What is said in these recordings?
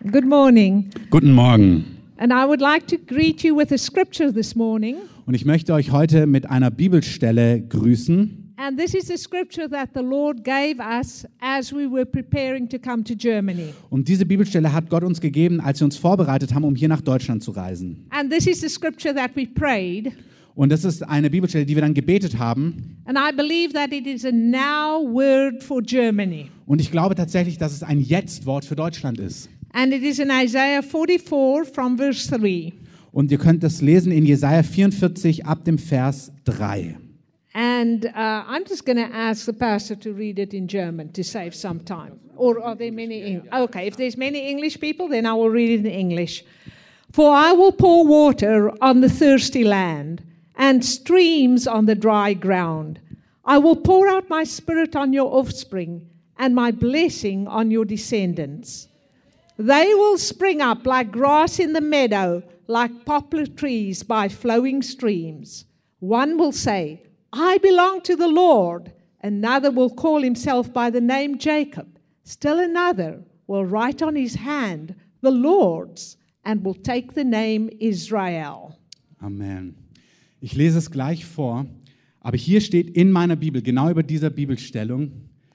Good morning. Guten Morgen. And I would like to greet you with a scripture this morning. Und ich möchte euch heute mit einer Bibelstelle grüßen. And this is a scripture that the Lord gave us as we were preparing to come to Germany. Und diese Bibelstelle hat Gott uns gegeben, als wir uns vorbereitet haben, um hier nach Deutschland zu reisen. And this is the scripture that we prayed. Und das ist eine Bibelstelle, die wir dann gebetet haben. And I believe that it is a now word for Germany. Und ich glaube tatsächlich, dass es ein Jetzt-Wort für Deutschland ist. And it is in Isaiah 44 from verse 3. Und ihr könnt das lesen in Jesaja 44 ab dem Vers 3. And I'm just going to ask the pastor to read it in German to save some time. Or are there many? Okay, if there's many English people, then I will read it in English. For I will pour water on the thirsty land and streams on the dry ground. I will pour out my spirit on your offspring and my blessing on your descendants. They will spring up like grass in the meadow, like poplar trees by flowing streams. One will say, I belong to the Lord. Another will call himself by the name Jacob. Still another will write on his hand, the Lord's, and will take the name Israel. Amen. Ich lese es gleich vor, aber hier steht in meiner Bibel, genau über dieser Bibelstellung,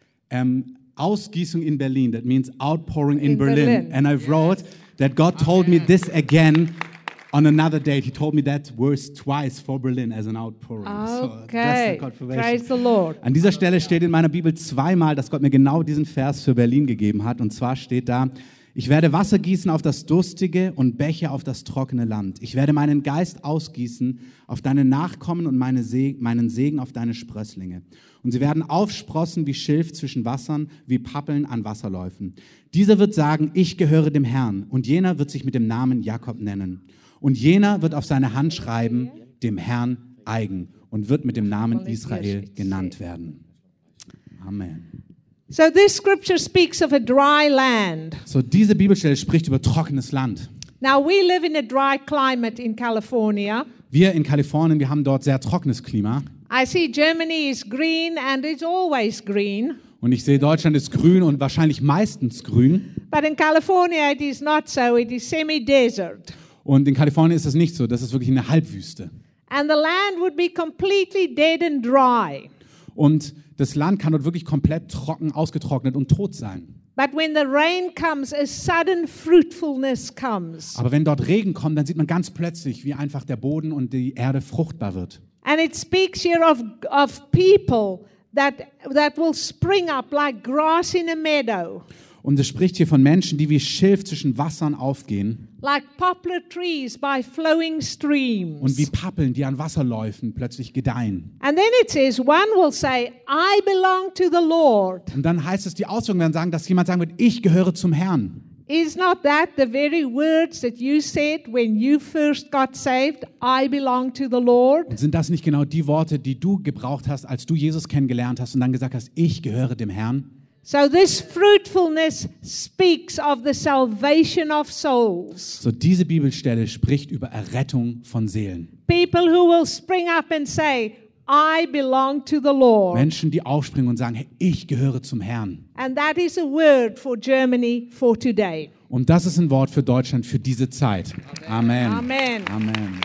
Ausgießung in Berlin. That means outpouring in Berlin. And I wrote that God told me this again on another date. He told me that verse twice for Berlin as an outpouring. Okay, praise the Lord. An dieser Stelle steht in meiner Bibel zweimal, dass Gott mir genau diesen Vers für Berlin gegeben hat. Und zwar steht da, ich werde Wasser gießen auf das Durstige und Bäche auf das trockene Land. Ich werde meinen Geist ausgießen auf deine Nachkommen und meinen Segen auf deine Sprösslinge. Und sie werden aufsprossen wie Schilf zwischen Wassern, wie Pappeln an Wasserläufen. Dieser wird sagen, ich gehöre dem Herrn. Und jener wird sich mit dem Namen Jakob nennen. Und jener wird auf seine Hand schreiben, dem Herrn eigen. Und wird mit dem Namen Israel genannt werden. Amen. So this scripture speaks of a dry land. So diese Bibelstelle spricht über trockenes Land. Now we live in a dry climate in California. Wir in Kalifornien, wir haben dort sehr trockenes Klima. I see Germany is green and it's always green. Und ich sehe, Deutschland ist grün und wahrscheinlich meistens grün. But in California it is not so, it is semi-desert. Und in Kalifornien ist das nicht so, das ist wirklich eine Halbwüste. And the land would be completely dead and dry. Und das Land kann dort wirklich komplett trocken, ausgetrocknet und tot sein. But when the rain comes, a sudden fruitfulness comes. Aber wenn dort Regen kommt, dann sieht man ganz plötzlich, wie einfach der Boden und die Erde fruchtbar wird. And it speaks here of people that will spring up like grass in a meadow. Und es spricht hier von Menschen, die wie Schilf zwischen Wassern aufgehen. Like poplar trees by flowing streams. Und wie Pappeln, die an Wasserläufen plötzlich gedeihen. And then it says, one will say, I belong to the Lord. Und dann heißt es, die Ausdrücke werden sagen, dass jemand sagen wird, ich gehöre zum Herrn. Is not that the very words that you said when you first got saved? I belong to the Lord. Und sind das nicht genau die Worte, die du gebraucht hast, als du Jesus kennengelernt hast und dann gesagt hast, ich gehöre dem Herrn? So this fruitfulness speaks of the salvation of souls. So diese Bibelstelle spricht über Errettung von Seelen. People who will spring up and say, I belong to the Lord. Menschen, die aufspringen und sagen, hey, ich gehöre zum Herrn. And that is a word for Germany for today. Und das ist ein Wort für Deutschland für diese Zeit. Amen. Amen. Amen.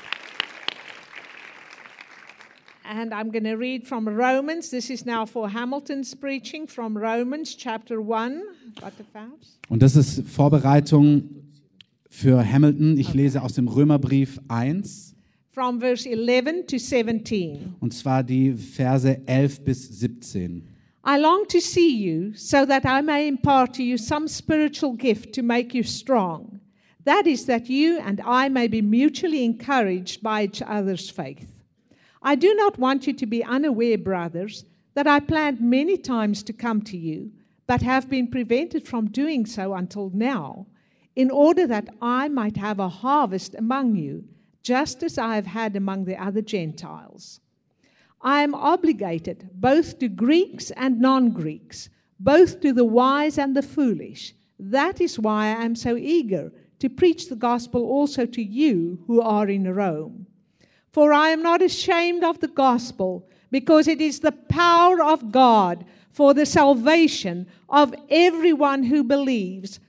And I'm going to read from Romans. This is now for Hamilton's preaching from Romans chapter 1. Got the Fabs? Und das ist Vorbereitung für Hamilton. Ich lese aus dem Römerbrief 1. From verse 11 to 17. Und zwar die Verse 11 bis 17. I long to see you so that I may impart to you some spiritual gift to make you strong. That is, that you and I may be mutually encouraged by each other's faith. I do not want you to be unaware, brothers, that I planned many times to come to you, but have been prevented from doing so until now, in order that I might have a harvest among you, just as I have had among the other Gentiles. I am obligated both to Greeks and non-Greeks, both to the wise and the foolish. That is why I am so eager to preach the gospel also to you who are in Rome. For I am not ashamed of the gospel, because it is the power of God for the salvation of everyone who believes,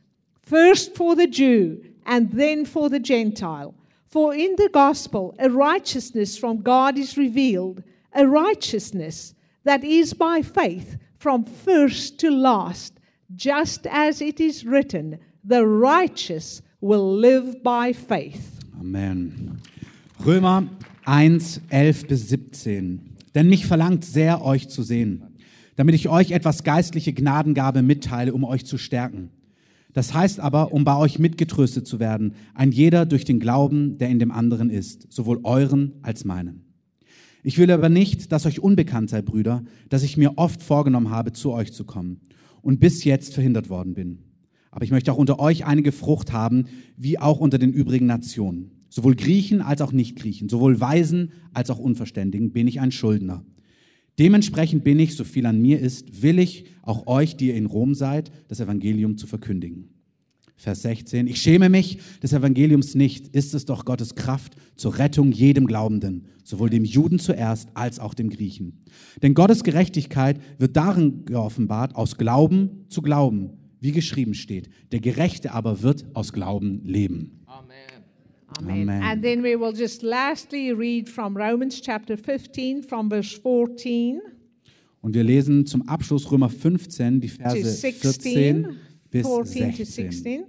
first for the Jew and then for the Gentile. For in the gospel a righteousness from God is revealed, a righteousness that is by faith from first to last, just as it is written, the righteous will live by faith. Amen. Römer 1, 11 bis 17. Denn mich verlangt sehr, euch zu sehen, damit ich euch etwas geistliche Gnadengabe mitteile, um euch zu stärken. Das heißt aber, um bei euch mitgetröstet zu werden, ein jeder durch den Glauben, der in dem anderen ist, sowohl euren als meinen. Ich will aber nicht, dass euch unbekannt sei, Brüder, dass ich mir oft vorgenommen habe, zu euch zu kommen und bis jetzt verhindert worden bin. Aber ich möchte auch unter euch einige Frucht haben, wie auch unter den übrigen Nationen. Sowohl Griechen als auch Nicht-Griechen, sowohl Weisen als auch Unverständigen bin ich ein Schuldner. Dementsprechend bin ich, so viel an mir ist, willig, auch euch, die ihr in Rom seid, das Evangelium zu verkündigen. Vers 16. Ich schäme mich des Evangeliums nicht, ist es doch Gottes Kraft zur Rettung jedem Glaubenden, sowohl dem Juden zuerst als auch dem Griechen. Denn Gottes Gerechtigkeit wird darin geoffenbart, aus Glauben zu Glauben, wie geschrieben steht. Der Gerechte aber wird aus Glauben leben. Amen. Amen. And then we will just lastly read from Romans chapter 15 from verse 14 Und wir lesen zum Abschluss Römer 15, die to Verse 16. 14 bis 14 to 16. 16.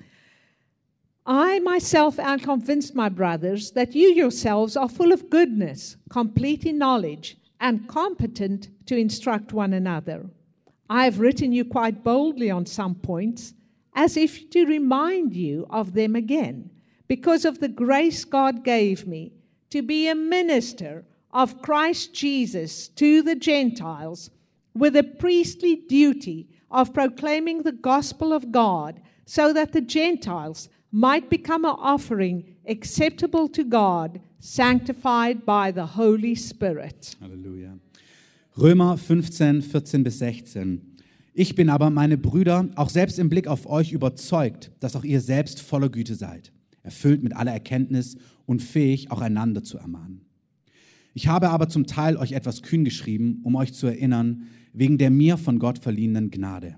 I myself am convinced, my brothers, that you yourselves are full of goodness, complete in knowledge, and competent to instruct one another. I have written you quite boldly on some points, as if to remind you of them again, because of the grace God gave me to be a minister of Christ Jesus to the Gentiles, with a priestly duty of proclaiming the gospel of God, so that the Gentiles might become an offering acceptable to God, sanctified by the Holy Spirit. Halleluja. Römer 15, 14 bis 16. Ich bin aber, meine Brüder, auch selbst im Blick auf euch überzeugt, dass auch ihr selbst voller Güte seid, erfüllt mit aller Erkenntnis und fähig, auch einander zu ermahnen. Ich habe aber zum Teil euch etwas kühn geschrieben, um euch zu erinnern, wegen der mir von Gott verliehenen Gnade.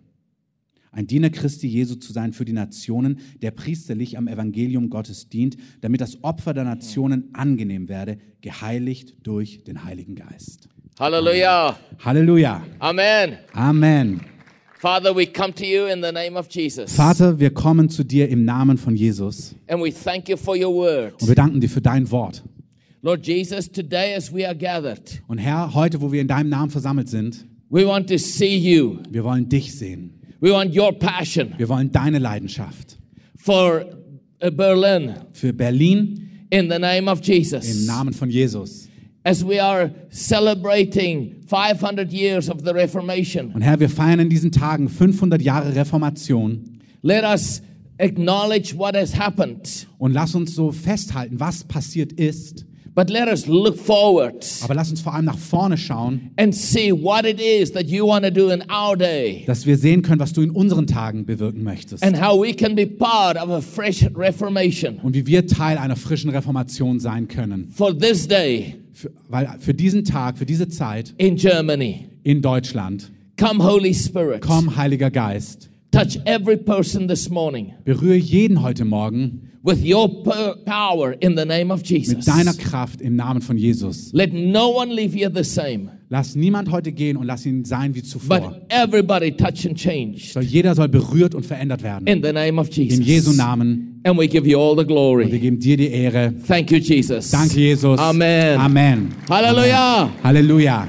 Ein Diener Christi Jesu zu sein für die Nationen, der priesterlich am Evangelium Gottes dient, damit das Opfer der Nationen angenehm werde, geheiligt durch den Heiligen Geist. Hallelujah. Halleluja. Amen. Amen. Father, we come to you in the name of Jesus. Vater, wir kommen zu dir im Namen von Jesus And we thank you for your word. und wir danken dir für dein Wort. Lord Jesus, today as we are gathered, Und Herr, heute, wo wir in deinem Namen versammelt sind, we want to see you. wir wollen dich sehen. We want your passion Wir wollen deine Leidenschaft for Berlin für Berlin in the name of im Jesus. Namen von Jesus. As we are celebrating 500 years of the Reformation, Und Herr, wir feiern in diesen Tagen 500 Jahre Reformation let us acknowledge what has happened, und lass uns so festhalten, was passiert ist. but let us look forward Aber lass uns vor allem nach vorne schauen, and see what it is that you want to do in our day. dass wir sehen können, was du in unseren Tagen bewirken möchtest. And how we can be part of a fresh reformation Und wie wir Teil einer frischen Reformation sein können. for this day Weil für diesen Tag, für diese Zeit in Germany. in Deutschland, Come, Holy Spirit. komm, Heiliger Geist, Touch every person this morning berühre jeden heute Morgen with your power in the name of mit Jesus. deiner Kraft im Namen von Jesus. Let no one leave here the same, Lass niemand heute gehen und lass ihn sein wie zuvor. but everybody touch and change Jeder soll berührt und verändert werden. in the name of In Jesu Jesus. Namen. And we give you all the Und wir glory. geben dir die Ehre. Thank you, Jesus. Danke, Jesus. Amen. Amen. Hallelujah. Halleluja.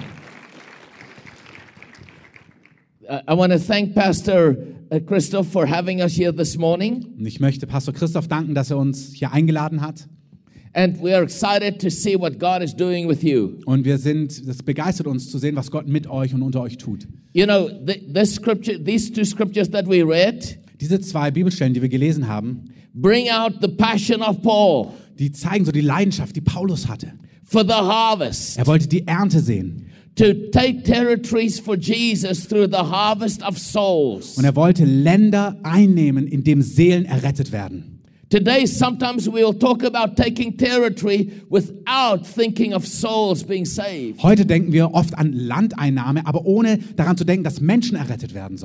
I want to thank Pastor Christoph for having us here this morning. Und ich möchte Pastor Christoph danken, dass er uns hier eingeladen hat. And we are excited to see what God is doing with you. Und das begeistert uns zu sehen, was Gott mit euch und unter euch tut. You know, these two scriptures that we read Diese zwei Bibelstellen, die wir gelesen haben, bring out the passion of Paul die zeigen so die Leidenschaft, die Paulus hatte. for the harvest, Er wollte die Ernte sehen. to take territories for Jesus through the harvest of souls. Und er wollte Länder einnehmen, in denen Seelen errettet werden. Today, sometimes we'll talk about taking territory without thinking of souls being saved. Heute denken wir oft an Landeinnahme, aber ohne daran zu denken, dass Menschen errettet werden sollen.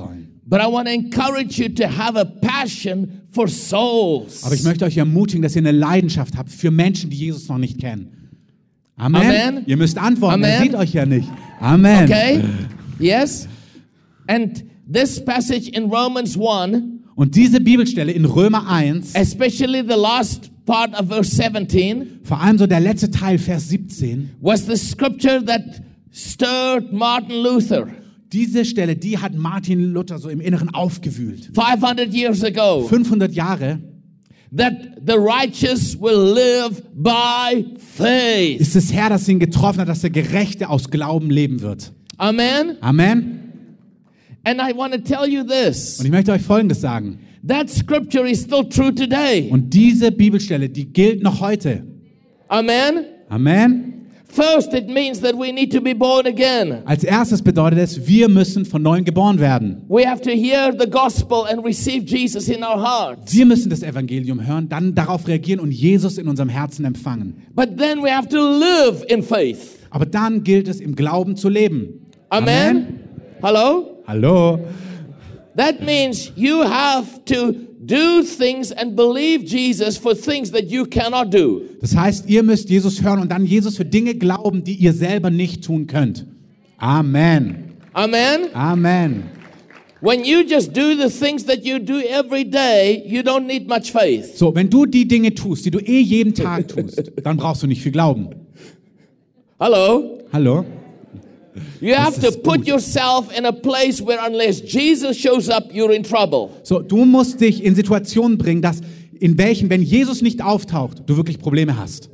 But I want to encourage you to have a passion for souls. Aber ich möchte euch ermutigen, dass ihr eine Leidenschaft habt für Menschen, die Jesus noch nicht kennen. Amen. Amen. Ihr müsst antworten, Amen. er sieht euch ja nicht. Amen. Okay? Yes? And this passage in Romans 1, Und diese Bibelstelle in Römer 1, especially the last part of verse 17, vor allem so der letzte Teil, Vers 17, was the scripture that stirred Martin Luther diese Stelle, die hat Martin Luther so im Inneren aufgewühlt. 500 years ago. 500 Jahre That the righteous will live by faith. ist es Herr, das ihn getroffen hat, dass der Gerechte aus Glauben leben wird. Amen. Amen. And I want to tell you this. Und ich möchte euch Folgendes sagen. That scripture is still true today. Und diese Bibelstelle, die gilt noch heute. Amen. Amen. First, it means that we need to be born again. Als erstes bedeutet es, wir müssen von neuem geboren werden. We have to hear the gospel and receive Jesus in our hearts. Wir müssen das Evangelium hören, dann darauf reagieren und Jesus in unserem Herzen empfangen. But then we have to live in faith. Aber dann gilt es, im Glauben zu leben. Amen. Hello? Hallo. That means you have to do things and believe Jesus for things that you cannot do. Das heißt, ihr müsst Jesus hören und dann Jesus für Dinge glauben, die ihr selber nicht tun könnt. Amen. Amen. Amen. When you just do the things that you do every day, you don't need much faith. So, wenn du die Dinge tust, die du jeden Tag tust, dann brauchst du nicht viel Glauben. Hello? Hallo? You have to ist put gut. yourself in a place where unless Jesus shows up, you're in trouble. So, du musst dich in Situationen bringen, in welchen, wenn Jesus nicht auftaucht, du wirklich Probleme hast.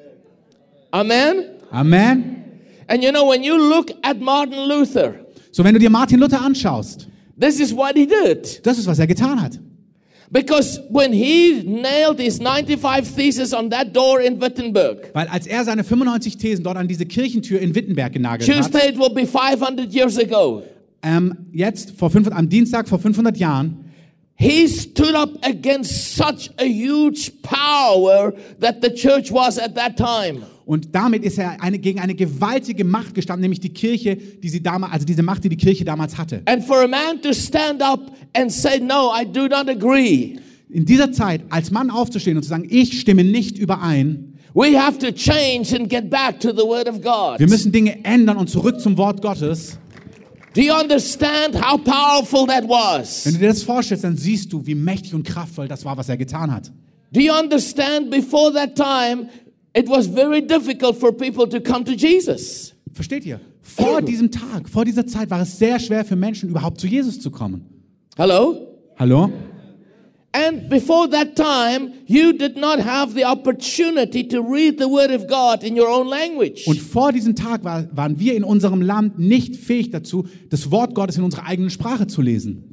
Amen? Amen. And you know, when you look at Martin Luther, So, wenn du dir Martin Luther anschaust, this is what he did. das ist, was er getan hat. Because when he nailed his 95 thesis on that door in Wittenberg, Weil als er seine 95 Thesen dort an diese Kirchentür in Wittenberg genagelt hat, Tuesday it will be 500 years ago, jetzt am Dienstag vor 500 Jahren, he stood up against such a huge power that the church was at that time. und damit ist er gegen eine gewaltige Macht gestanden, nämlich die Kirche, diese Macht, die die Kirche damals hatte. And for a man to stand up and say, no, I do not agree. In dieser Zeit, als Mann aufzustehen und zu sagen, ich stimme nicht überein, We have to change and get back to the Word of God. wir müssen Dinge ändern und zurück zum Wort Gottes. Do you understand how powerful that Wenn was? du dir das vorstellst, dann siehst du, wie mächtig und kraftvoll das war, was er getan hat. Do you understand before that time, it was very difficult for people to come to Jesus. Versteht ihr? Vor diesem Tag, vor dieser Zeit war es sehr schwer für Menschen, überhaupt zu Jesus zu kommen. Hello? Hallo? And before that time, you did not have the opportunity to read the Word of God in your own language. Und vor diesem Tag waren wir in unserem Land nicht fähig dazu, das Wort Gottes in unserer eigenen Sprache zu lesen.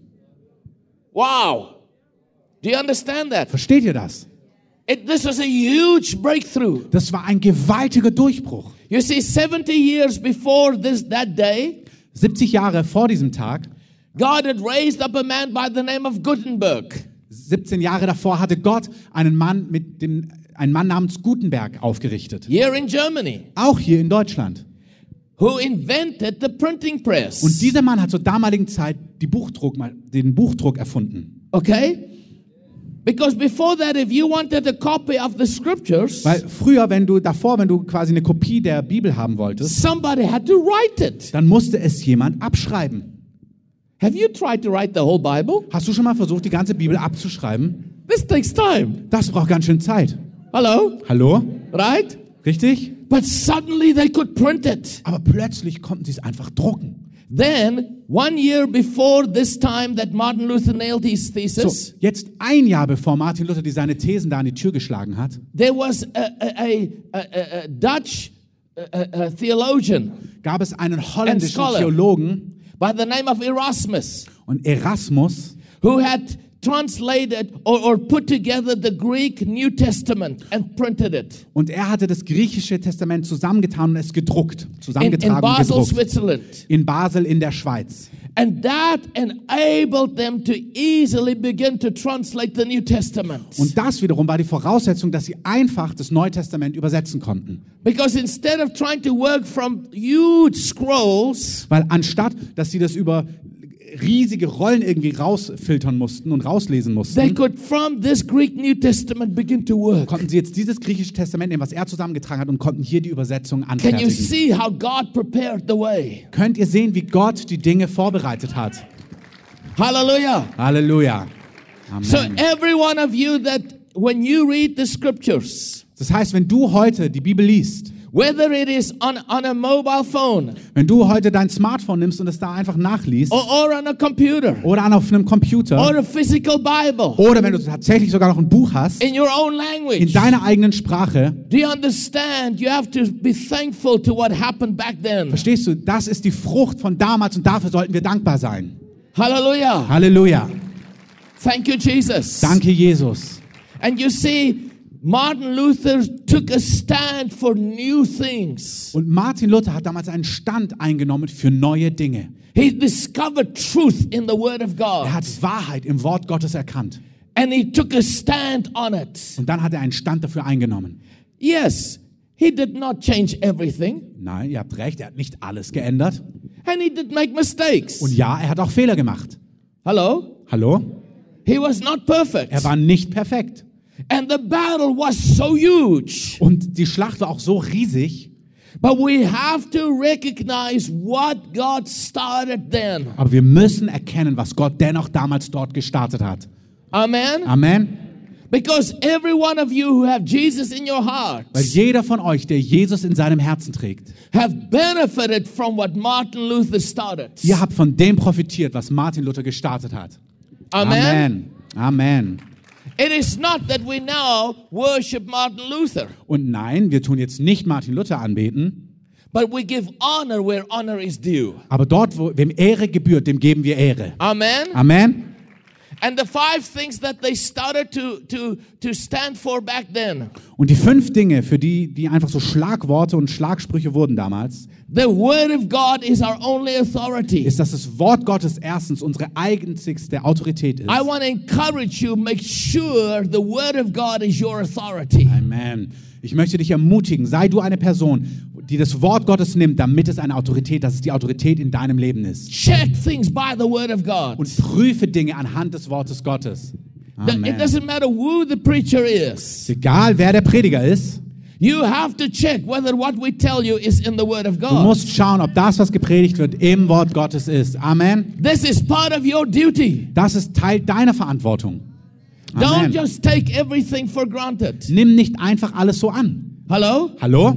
Wow. Do you understand that? Versteht ihr das? This was a huge breakthrough. Das war ein gewaltiger Durchbruch. You see, 70 years before that day, 70 Jahre vor diesem Tag, God had raised up a man by the name of Gutenberg. 17 Jahre davor hatte Gott einen Mann namens Gutenberg aufgerichtet. Here in Germany, Auch hier in Deutschland. who invented the printing press. Und dieser Mann hat zur damaligen Zeit den Buchdruck erfunden. Okay? Because before that, if you wanted a copy of the scriptures, Weil früher, wenn du quasi eine Kopie der Bibel haben wolltest, somebody had to write it. dann musste es jemand abschreiben. Have you tried to write the whole Bible? Hast du schon mal versucht, die ganze Bibel abzuschreiben? This takes time. Das braucht ganz schön Zeit. Hello? Hallo? Right? Richtig? But suddenly they could print it. Aber plötzlich konnten sie es einfach drucken. Then, 1 year before this time that Martin Luther nailed his So, thesis, jetzt ein Jahr bevor Martin Luther seine Thesen da an die Tür geschlagen hat, there was a Dutch theologian gab es einen holländischen scholar. Theologen by the name of Erasmus und Erasmus, who had translated or put together the Greek New Testament and printed it und er hatte das griechische Testament zusammengetan und es gedruckt, in zusammengetragen und Basel, gedruckt. Switzerland. In Basel in der Schweiz. And that enabled them to easily begin to translate the New Testament. Und das wiederum war die Voraussetzung, dass sie einfach das Neue Testament übersetzen konnten. Because instead of trying to work from huge scrolls, Weil anstatt, dass sie das über riesige Rollen irgendwie rausfiltern mussten und rauslesen they mussten, could from this Greek New Testament begin to work. konnten sie jetzt dieses griechische Testament nehmen, was er zusammengetragen hat, und konnten hier die Übersetzung Can you anfertigen. see how God prepared the way? Könnt ihr sehen, wie Gott die Dinge vorbereitet hat? Hallelujah. Halleluja. So Amen. every one of you that when you read the scriptures, Das heißt, wenn du heute die Bibel liest, whether it is on a mobile phone wenn du heute dein Smartphone nimmst und es da einfach nachliest, or on a computer oder auf einem Computer, or a physical Bible oder wenn du tatsächlich sogar noch ein Buch hast, in your own in language, deiner eigenen Sprache, do you understand? You have to be thankful to what happened back then. verstehst du, das ist die Frucht von damals und dafür sollten wir dankbar sein. Hallelujah. Halleluja. Thank you, Jesus. Danke, Jesus. And you see, Martin Luther took a stand for new things. Und Martin Luther hat damals einen Stand eingenommen für neue Dinge. He discovered truth in the Word of God. Er hat Wahrheit im Wort Gottes erkannt. And he took a stand on it. Und dann hat er einen Stand dafür eingenommen. Yes, he did not change everything. Nein, ihr habt recht, er hat nicht alles geändert. And he did make mistakes. Und ja, er hat auch Fehler gemacht. Hello? Hallo? He was not perfect. Er war nicht perfekt. And the battle was so huge. Und die Schlacht war auch so riesig. But we have to recognize what God started then. Aber wir müssen erkennen, was Gott dennoch damals dort gestartet hat. Amen? Amen. Because every one of you who have Jesus in your heart Weil jeder von euch, der Jesus in seinem Herzen trägt, have benefited from what Martin Luther started. ihr habt von dem profitiert, was Martin Luther gestartet hat. Amen? Amen. Amen. It is not that we now worship Martin Luther, Und nein, wir tun jetzt nicht Martin Luther anbeten, but we give honor where honor is due. aber dort, wo wem Ehre gebührt, dem geben wir Ehre. Amen? Amen. And the 5 things that they started to stand for back then. Und die 5 Dinge, für die einfach so Schlagworte und Schlagsprüche wurden damals, The Word of God is our only authority. ist, dass das Wort Gottes erstens unsere einzigste Autorität ist. I want to encourage you, make sure the Word of God is your authority. Amen. Ich möchte dich ermutigen, sei du eine Person, die das Wort Gottes nimmt, damit es eine Autorität, dass es die Autorität in deinem Leben ist. Check things by the Word of God. Und prüfe Dinge anhand des Wortes Gottes. It Amen. doesn't matter who the preacher is. Ist egal, wer der Prediger ist. You have to check whether what we tell you is in the Word of Du God. musst schauen, ob das, was gepredigt wird, im Wort Gottes ist. Amen. This is part of your duty. Das ist Teil deiner Verantwortung. Don't Amen. just take everything for granted. Nimm nicht einfach alles so an. Hello? Hallo?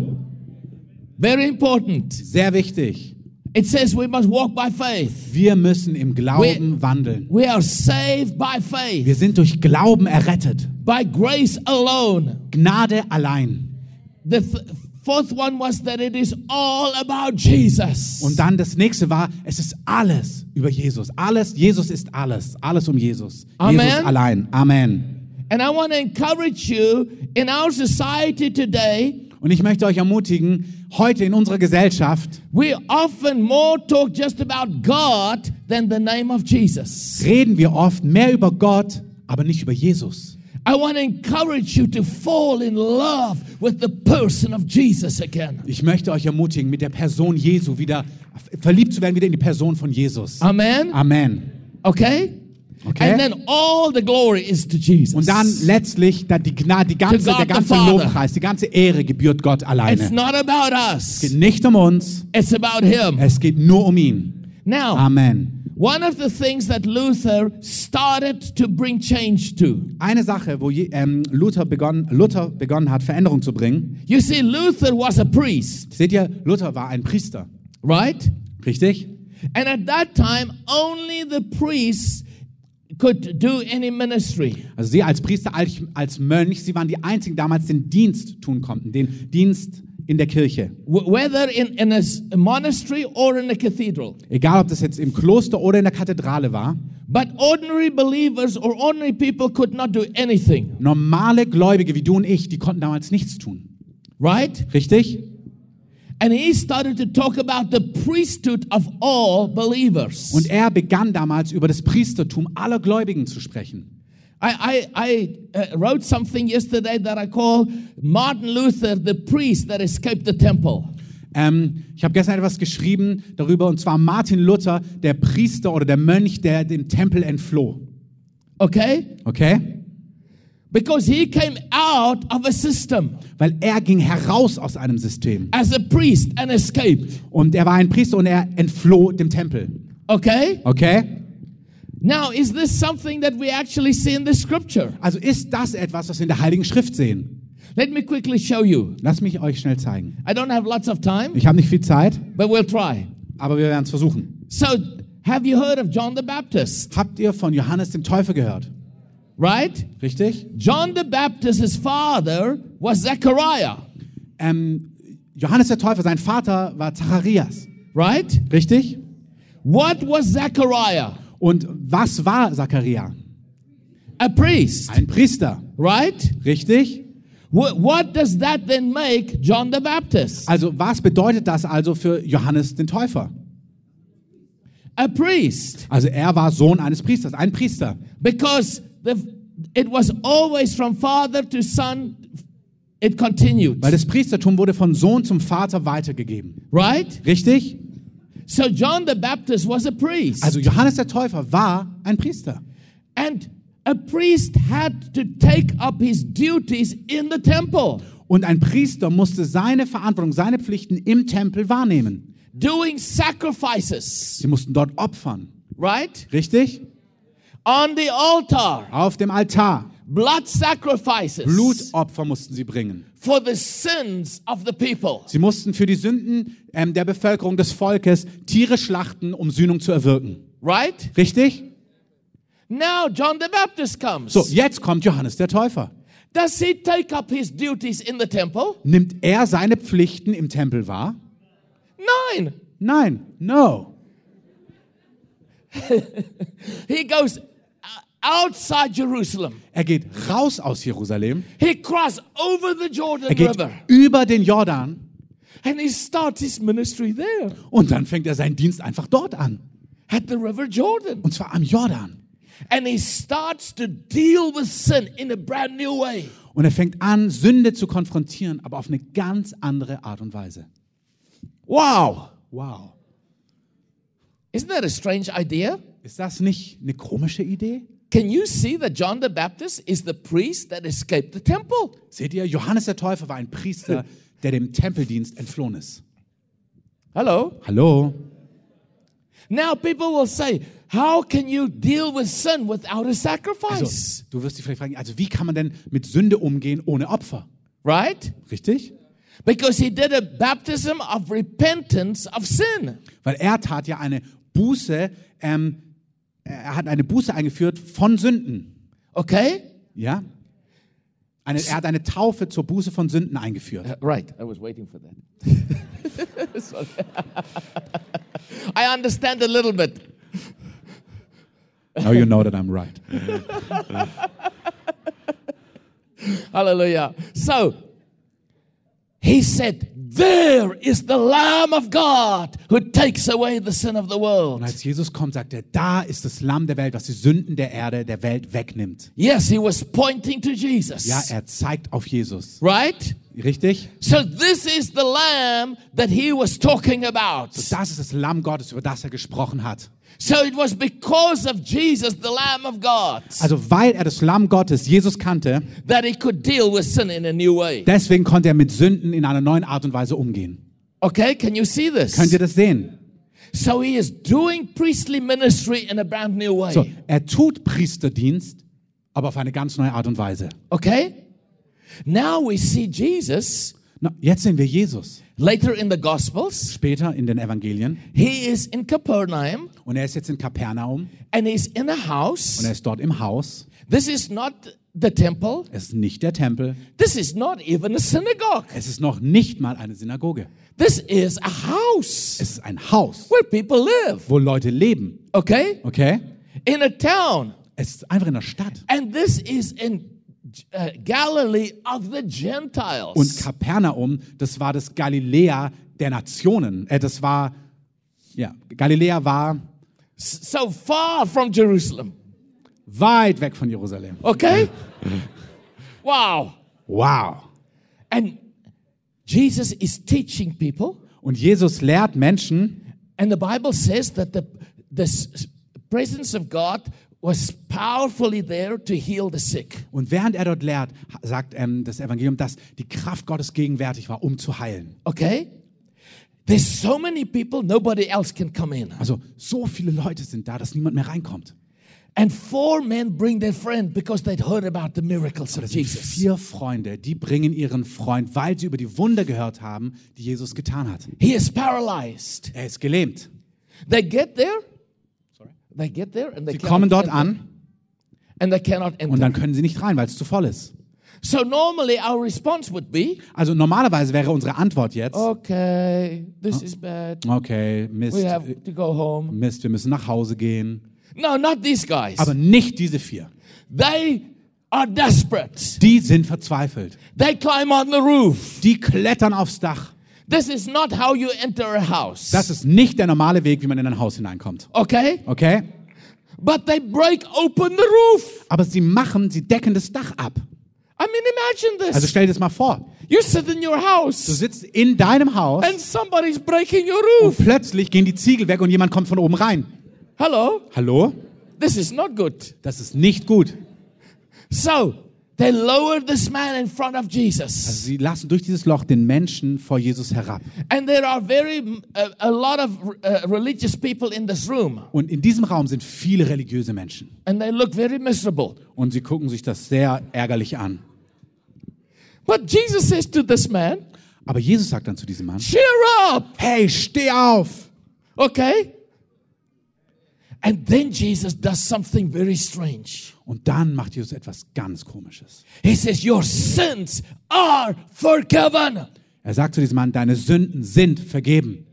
Very important. Sehr wichtig. It says we must walk by faith. Wir müssen im Glauben wandeln. We are saved by Wir faith, sind durch Glauben errettet. by grace alone. Gnade allein. The 4th one was that it is all about Jesus. Und dann das nächste war, es ist alles über Jesus. Alles, Jesus ist alles. Alles um Jesus. Amen. Jesus allein. Amen. And I want to encourage you in our society today. Und ich möchte euch ermutigen, heute in unserer Gesellschaft We often more talk just about God than the name of Jesus. reden wir oft mehr über Gott, aber nicht über Jesus. I want to encourage you to fall in love with the person of Jesus again. Ich möchte euch ermutigen, mit der Person Jesu wieder verliebt zu werden, wieder in die Person von Jesus. Amen? Amen. Okay? Okay? And then all the glory is to Jesus. Und dann letztlich die Gnade, To God der ganze the Father. Lobpreis, die ganze Ehre gebührt Gott It's alleine. not about Es geht us. nicht um uns, It's about Him. es geht nur um ihn. Now, Amen. one of the things that Luther started to bring change to. Eine Sache, wo Luther begonnen hat, Veränderung zu bringen. You see, Luther was a priest, Seht ihr, Luther war ein Priester, right? richtig? And at that time, only the priests could do any ministry. Also sie als Priester, als Mönch, sie waren die einzigen, die damals den Dienst tun konnten, den Dienst in der Kirche. Whether in a monastery or in a cathedral. Egal, ob das jetzt im Kloster oder in der Kathedrale war. But ordinary believers or ordinary people could not do anything, Normale Gläubige wie du und ich, die konnten damals nichts tun. right? Richtig? And he started to talk about the priesthood of all believers. Und er begann damals über das Priestertum aller Gläubigen zu sprechen. I wrote something yesterday that I call Martin Luther the priest that escaped the temple. Ich habe gestern etwas geschrieben darüber, und zwar Martin Luther, der Priester oder der Mönch, der dem Tempel entfloh. Okay? Okay? Because he came out of a system Weil er ging heraus aus einem System. as a priest and escaped. Und er war ein Priester und er entfloh dem Tempel. Okay? Okay? Now, is this something that we actually see in the scripture? Also ist das etwas, was wir in der Heiligen Schrift sehen? Let me quickly show you. Lass mich euch schnell zeigen. I don't have lots of time, Ich habe nicht viel Zeit, but we'll try. aber wir werden es versuchen. So, have you heard of John the Baptist? Habt ihr von Johannes dem Täufer gehört? Right? Richtig? John the Baptist's father was Zechariah. Johannes der Täufer, sein Vater war Zacharias. Right? Richtig? What was Zechariah? Und was war Zachariah? A priest. Ein Priester. Right? Richtig? What does that then make John the Baptist? Also was bedeutet das also für Johannes den Täufer? A priest. Also er war Sohn eines Priesters, ein Priester. Because it was always from father to son, it continued. Weil das Priestertum wurde von Sohn zum Vater weitergegeben. Right? Richtig? So John the Baptist was a priest. Also Johannes der Täufer war ein Priester. And a priest had to take up his duties in the temple, Und ein Priester musste seine Verantwortung, seine Pflichten im Tempel wahrnehmen. doing sacrifices, Sie mussten dort opfern. right? Richtig? On the altar, Auf dem Altar. blood sacrifices Blutopfer mussten sie bringen. for the sins of the people. Sie mussten für die Sünden der Bevölkerung des Volkes Tiere schlachten, um Sühnung zu erwirken. Right? Richtig? Now John the Baptist comes. So, jetzt kommt Johannes der Täufer. Does he take up his duties in the temple? Nimmt er seine Pflichten im Tempel wahr? Nein. Nein, no. He goes outside Jerusalem. Er geht raus aus Jerusalem. He crosses over the Jordan Er geht River. über den Jordan And he starts his ministry there und dann fängt er seinen Dienst einfach dort an. at the River Jordan. Und zwar am Jordan. And he starts to deal with sin in a brand new way. Und er fängt an, Sünde zu konfrontieren, aber auf eine ganz andere Art und Weise. Wow. Wow. Isn't that a strange idea? Ist das nicht eine komische Idee? Can you see that John the Baptist is the priest that escaped the temple? Seht ihr, Johannes der Täufer war ein Priester, der dem Tempeldienst entflohen ist. Hello? Hallo? Now people will say, how can you deal with sin without a sacrifice? Also, du wirst dich vielleicht fragen, also wie kann man denn mit Sünde umgehen ohne Opfer? Right? Richtig? Because he did a baptism of repentance of sin. Weil er tat ja eine Buße, er hat eine Buße eingeführt von Sünden. Okay? Ja? Er hat eine Taufe zur Buße von Sünden eingeführt. Right. I was waiting for that. Sorry. I understand a little bit. Now you know that I'm right. Hallelujah. So, he said, there is the Lamb of God who takes away the sin of the Und world. als Jesus kommt, sagt er, da ist das Lamm der Welt, was die Sünden der Erde, der Welt wegnimmt. Yes, he was pointing to Jesus. Ja, er zeigt auf Jesus. Right? Richtig? So this is the Lamb that he was talking about. Das ist das Lamm Gottes, über das er gesprochen hat. So it was because of Jesus, the Lamb of God, Also weil er das Lamm Gottes, Jesus, kannte, that he could deal with sin in a new way. deswegen konnte er mit Sünden in einer neuen Art und Weise umgehen. Okay, can you see this? Könnt ihr das sehen? So he is doing priestly ministry in a brand new way. So, er tut Priesterdienst, aber auf eine ganz neue Art und Weise. Okay? Now we see Jesus Na, jetzt sehen wir Jesus. later in the Gospels. Später in den Evangelien. He is in Capernaum Und er ist jetzt in Kapernaum. and he's in a Und house. er ist dort im Haus. This is not the temple. Es ist nicht der Tempel. This is not even a synagogue. Es ist noch nicht mal eine Synagoge. This is a house Es ist ein Haus, where people live. wo Leute leben. Okay? Okay? In a town. Es ist einfach in der Stadt. And this is in Galilee of the Gentiles. Und Kapernaum, das war das Galiläa der Nationen. Galiläa war So far from Jerusalem. weit weg von Jerusalem. Okay? Wow. Wow. And Jesus is teaching people. Und Jesus lehrt Menschen, And the Bible says that the presence of God was powerfully there to heal the sick. und während er dort lehrt, sagt das Evangelium, dass die Kraft Gottes gegenwärtig war, um zu heilen. Okay? There's so many people, nobody else can come in. Also so viele Leute sind da, dass niemand mehr reinkommt. And 4 men bring their friend because they'd heard about the miracles of Das sind Jesus. 4 Freunde, die bringen ihren Freund, weil sie über die Wunder gehört haben, die Jesus getan hat. He is paralyzed. Er ist gelähmt. They get there. They get there and they Sie kommen cannot dort enter. an And they cannot und enter. dann können sie nicht rein, weil es zu voll ist. So normally our response would be, Also normalerweise wäre unsere Antwort jetzt, okay, this is bad. okay, Mist, We have to go home. Mist, wir müssen nach Hause gehen. No, not these guys. Aber nicht diese 4. They are desperate. Die sind verzweifelt. They climb on the roof. Die klettern aufs Dach. This is not how you enter a house. Das ist nicht der normale Weg, wie man in ein Haus hineinkommt. Okay? Okay? But they break open the roof. Aber sie decken das Dach ab. I mean, imagine this. Also stell dir das mal vor. You sit in your Du house sitzt in deinem Haus and somebody's breaking your und roof. plötzlich gehen die Ziegel weg und jemand kommt von oben rein. Hello? Hallo? This is not good. Das ist nicht gut. So, they lowered this man in front of Also Jesus. sie lassen durch dieses Loch den Menschen vor Jesus herab. And there are a lot of religious people in this room. Und in diesem Raum sind viele religiöse Menschen. And they look very miserable. Und sie gucken sich das sehr ärgerlich an. But Jesus says to this man, Aber Jesus sagt dann zu diesem Mann, cheer up. hey, steh auf! Okay? And then Jesus does something very strange. Und dann macht Jesus etwas ganz Komisches. He says, your sins are forgiven. Er sagt zu diesem Mann, deine Sünden sind vergeben.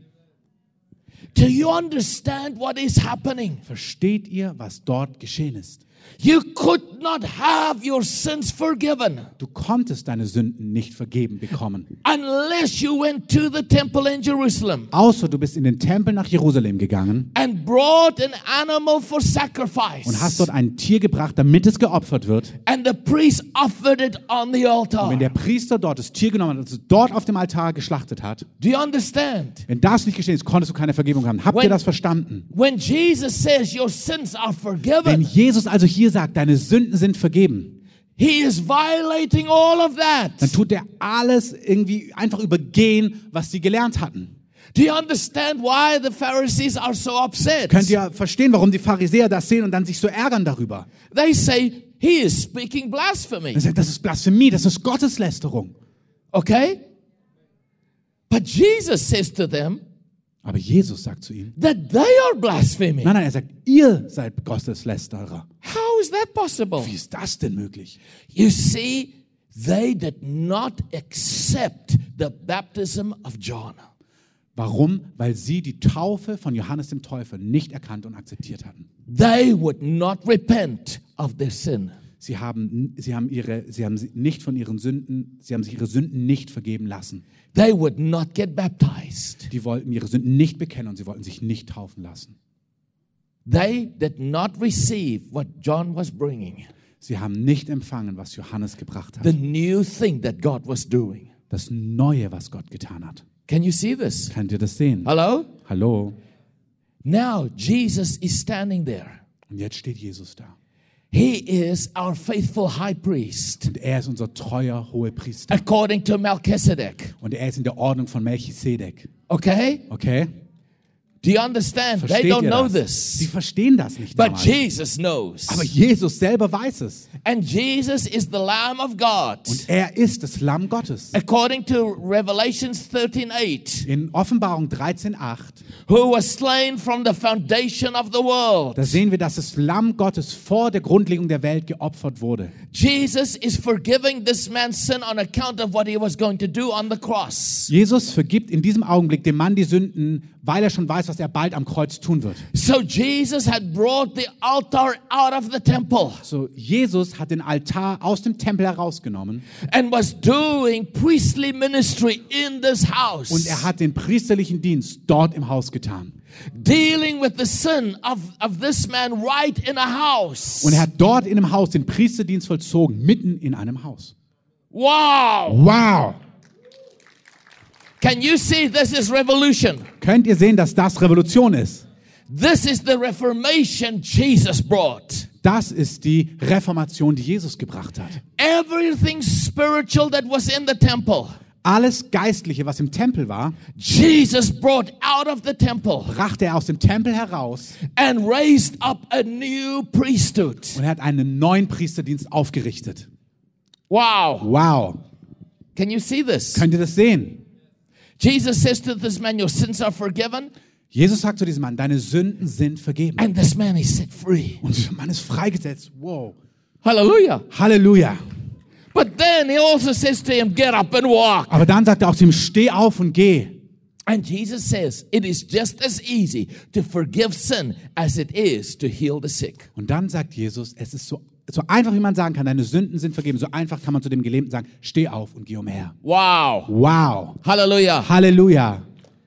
Do you understand what is happening? Versteht ihr, was dort geschehen ist? You could not have your sins forgiven Du konntest deine Sünden nicht vergeben bekommen. unless you went to the temple in Jerusalem Außer du bist in den Tempel nach Jerusalem gegangen and brought an animal for sacrifice. und hast dort ein Tier gebracht, damit es geopfert wird. And the priest offered it on the Und wenn altar. der Priester dort das Tier genommen hat und es dort auf dem Altar geschlachtet hat, Do you understand? wenn das nicht geschehen ist, konntest du keine Vergebung haben. Habt ihr das verstanden? When Jesus says your sins are Wenn forgiven, Jesus also hier sagt, deine Sünden sind vergeben, he is violating all of dann that. tut er alles irgendwie einfach übergehen, was sie gelernt hatten. Do you understand why the Pharisees are so upset? Könnt ihr verstehen, warum die Pharisäer das sehen und dann sich so ärgern darüber? They say he is speaking blasphemy. Er sagt, das ist Blasphemie, das ist Gotteslästerung. Okay? But Jesus says to them Aber Jesus sagt zu ihnen, that they are blaspheming. nein, er sagt, ihr seid Gotteslästerer. How is that possible? Wie ist das denn möglich? You see, they did not accept the baptism of John. Warum? Weil sie die Taufe von Johannes dem Täufer nicht erkannt und akzeptiert hatten. They would not repent of their sin. Sie haben nicht von ihren Sünden, sie haben sich ihre Sünden nicht vergeben lassen. They would not get baptized. Die wollten ihre Sünden nicht bekennen und sie wollten sich nicht taufen lassen. They did not receive what John was bringing, Sie haben nicht empfangen, was Johannes gebracht the hat. new thing that God was doing. Das Neue, was Gott getan hat. Can you see this? Könnt ihr das sehen? Hello? Hallo? Now Jesus is standing there. Und jetzt steht Jesus da. He is our faithful high priest, Und er ist unser treuer Hohepriester. according to Melchizedek. Und er ist in der Ordnung von Melchisedek. Okay? Okay? Do you understand? They Versteht don't ihr know das? Sie this. verstehen das nicht But damals. Jesus knows. Aber Jesus selber weiß es. And Jesus is the Lamb of God. Und er ist das Lamm Gottes. According to Revelations 13:8, In Offenbarung 13,8, who was slain from the foundation of the world. da sehen wir, dass das Lamm Gottes vor der Grundlegung der Welt geopfert wurde. Jesus is forgiving this man's sin on account of what he was going to do on the cross. Jesus vergibt in diesem Augenblick dem Mann die Sünden, weil er schon weiß, was er bald am Kreuz tun wird. So Jesus had brought the altar out of the temple So, Jesus hat den Altar aus dem Tempel herausgenommen and was doing priestly ministry in this house, und er hat den priesterlichen Dienst dort im Haus getan. dealing with the sin of this man right in a house. Und er hat dort in einem Haus den Priesterdienst vollzogen, mitten in einem Haus. Wow! Wow! Can you see this is revolution? Könnt ihr sehen, dass das Revolution ist? This is the Reformation Jesus brought. Das ist die Reformation, die Jesus gebracht hat. Everything spiritual that was in the temple, Alles Geistliche, was im Tempel war, Jesus brought out of the temple brachte er aus dem Tempel heraus and raised up a new priesthood. und er hat einen neuen Priesterdienst aufgerichtet. Wow. Wow. Can you see this? Könnt ihr das sehen? Jesus says to this man, your sins are forgiven. Jesus sagt zu diesem Mann, deine Sünden sind vergeben. And this man is set free. Und dieser Mann ist freigesetzt. Wow. Hallelujah. Halleluja. But then he also says to him, get up and walk. Aber dann sagt er auch zu ihm, steh auf und geh. And Jesus says, it is just as easy to forgive sin as it is to heal the sick. Und dann sagt Jesus, es ist so einfach, wie man sagen kann, deine Sünden sind vergeben. So einfach kann man zu dem Gelähmten sagen, steh auf und geh umher. Wow. Wow. Hallelujah. Halleluja.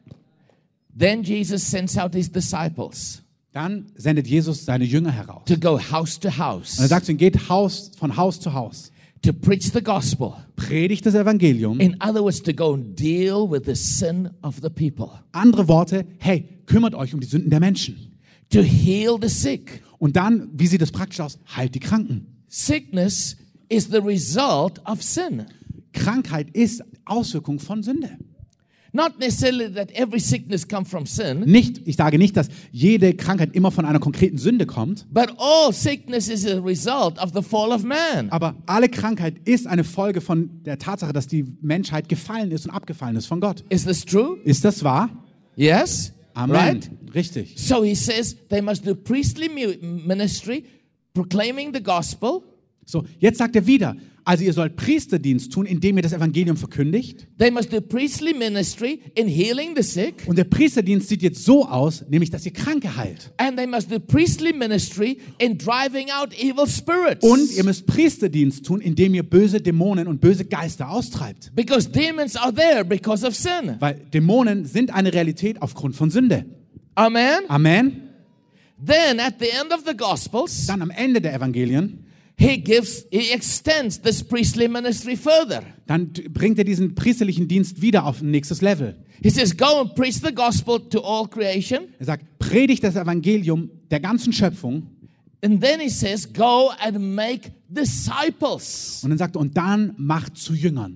Then Jesus sends out his disciples Dann sendet Jesus seine Jünger heraus. to go house to house, Und er sagt zu ihnen, geht von Haus zu Haus. to preach the gospel. Predigt das Evangelium. In other words, to go and deal with the sin of the people, Andere Worte, hey, kümmert euch um die Sünden der Menschen. to heal the sick. Und dann, wie sieht es praktisch aus? Heilt die Kranken. Sickness is the result of sin. Krankheit ist Auswirkung von Sünde. Not necessarily that every sickness comes from sin, Ich sage nicht, dass jede Krankheit immer von einer konkreten Sünde kommt, but all sickness is a result of the fall of man. aber alle Krankheit ist eine Folge von der Tatsache, dass die Menschheit gefallen ist und abgefallen ist von Gott. Is this true? Ist das wahr? Yes? Amen. Right? Richtig. So he says they must do priestly ministry, proclaiming the gospel. So, jetzt sagt er wieder, also ihr sollt Priesterdienst tun, indem ihr das Evangelium verkündigt. They must do priestly ministry in healing the sick. Und der Priesterdienst sieht jetzt so aus, nämlich, dass ihr Kranke heilt. And they must do priestly ministry in driving out evil spirits. Und ihr müsst Priesterdienst tun, indem ihr böse Dämonen und böse Geister austreibt. Because demons are there because of sin. Weil Dämonen sind eine Realität aufgrund von Sünde. Amen? Amen. Then at the end of the Gospels, Dann am Ende der Evangelien, he extends this priestly ministry further. dann bringt er diesen priesterlichen Dienst wieder auf ein nächstes Level. He says, go and preach the gospel to all creation. Er sagt, predigt das Evangelium der ganzen Schöpfung. And then he says, go and make disciples. Und dann sagt er, und dann macht zu Jüngern.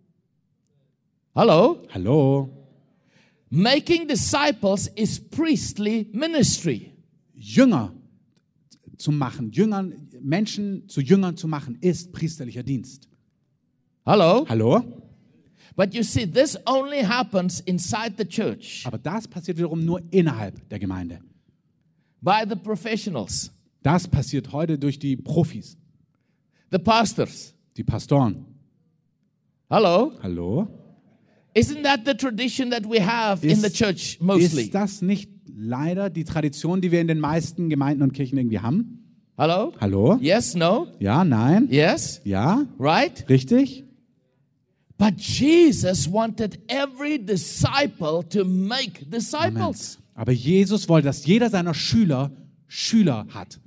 Hello? Hallo? Making disciples is priestly ministry. Jünger zu machen, Menschen zu Jüngern zu machen, ist priesterlicher Dienst. Hello? Hallo? But you see, this only happens inside the church Aber das passiert wiederum nur innerhalb der Gemeinde. by the professionals, Das passiert heute durch die Profis, the pastors. die Pastoren. Hello? Hallo? Isn't that the tradition that we have in the church mostly? Ist das nicht leider die Tradition, die wir in den meisten Gemeinden und Kirchen irgendwie haben? Hello? Hallo? Yes, no? Ja, nein? Yes? Ja? Right? Richtig? But Jesus wanted every disciple to make Amen. disciples. Aber Jesus wollte, dass jeder seiner Schüler hat.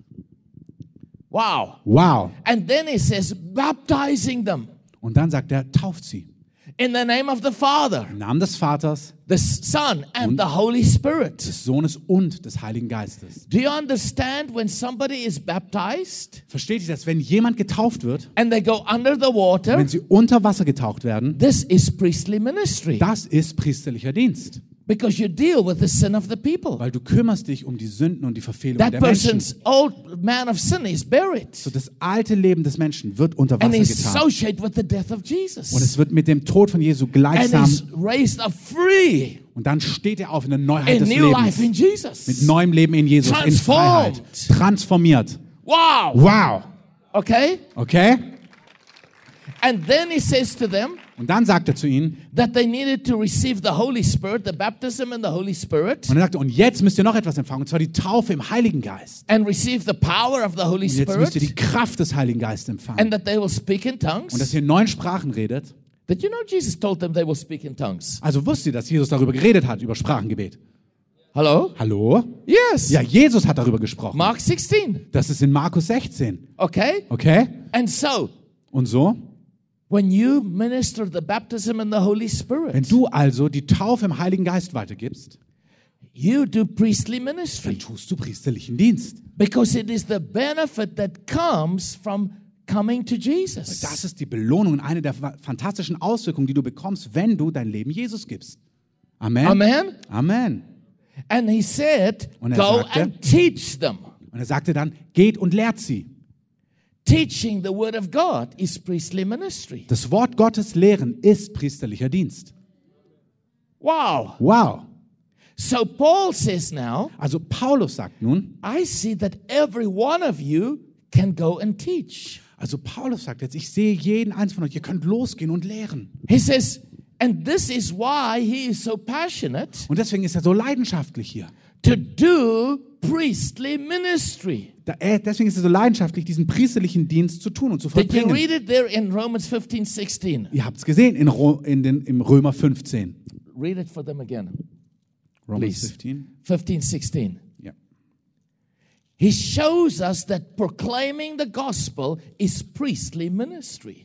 Wow. Wow. And then he says, baptizing them Und dann sagt er, tauft sie. in the name of the Father, Im Namen des Vaters, the Son, and the Holy Spirit. des Sohnes und des Heiligen Geistes. Do you understand when somebody is baptized Versteht ihr das? Wenn jemand getauft wird, and they go under the water, wenn sie unter Wasser getaucht werden, this is priestly ministry das ist priesterlicher Dienst. because you deal with the sin of the people. Weil du kümmerst dich um die Sünden und die Verfehlungen That der Menschen. person's old man of sin is buried So das alte Leben des Menschen wird unter and Wasser is getan. associated with the death of Und Jesus es wird mit dem Tod von Jesu and gleichsam. is raised up free Und dann steht er auf in der Neuheit in des new life in Lebens. Mit Jesus. neuem Leben in Jesus, in Transformed. Freiheit. Transformiert. Wow. Wow. Okay? Okay? And then he says to them Und dann sagt er zu ihnen, that they needed to receive the Holy Spirit, the baptism in the Holy Spirit, und er sagte, und jetzt müsst ihr noch etwas empfangen, und zwar die Taufe im Heiligen Geist. and receive the power of the Holy Und jetzt müsst ihr die Spirit, Kraft des Heiligen Geistes and empfangen. that they will speak in Und dass tongues. ihr in neuen Sprachen redet. Did you know Jesus told them they will speak in tongues? Also wusst ihr, dass Jesus darüber geredet hat, über Sprachengebet? Hello? Hallo? Yes. Ja, Jesus hat darüber gesprochen. Mark 16. Das ist in Markus 16. Okay? Okay? And so, Und so? When you minister the baptism in the Holy Spirit, Wenn du also die Taufe im Heiligen Geist weitergibst, you do priestly dann ministry tust du priesterlichen Dienst. because it is the benefit that comes from coming to Weil Jesus. das ist die Belohnung und eine der fantastischen Auswirkungen, die du bekommst, wenn du dein Leben Jesus gibst. Amen. Amen. Amen. And he said, Und er go sagte- and teach them. Und er sagte dann, geht und lehrt sie. Teaching the word of God is priestly ministry. Das Wort Gottes lehren ist priesterlicher Dienst. Wow. Wow. So Paul says now, Also Paulus sagt nun, I see that every one of you can go and teach. also Paulus sagt jetzt, ich sehe jeden eins von euch, ihr könnt losgehen und lehren. He says, and this is why he is so passionate Und deswegen ist er so leidenschaftlich hier. to do priestly ministry. Deswegen ist er so leidenschaftlich, diesen priesterlichen Dienst zu tun und zu Did you vollbringen. read it there in Romans 15:16? Ihr habt es gesehen im Römer 15. Read it for them again. Romans Please. 15. 15:16. Ja. He shows us that proclaiming the gospel is priestly ministry.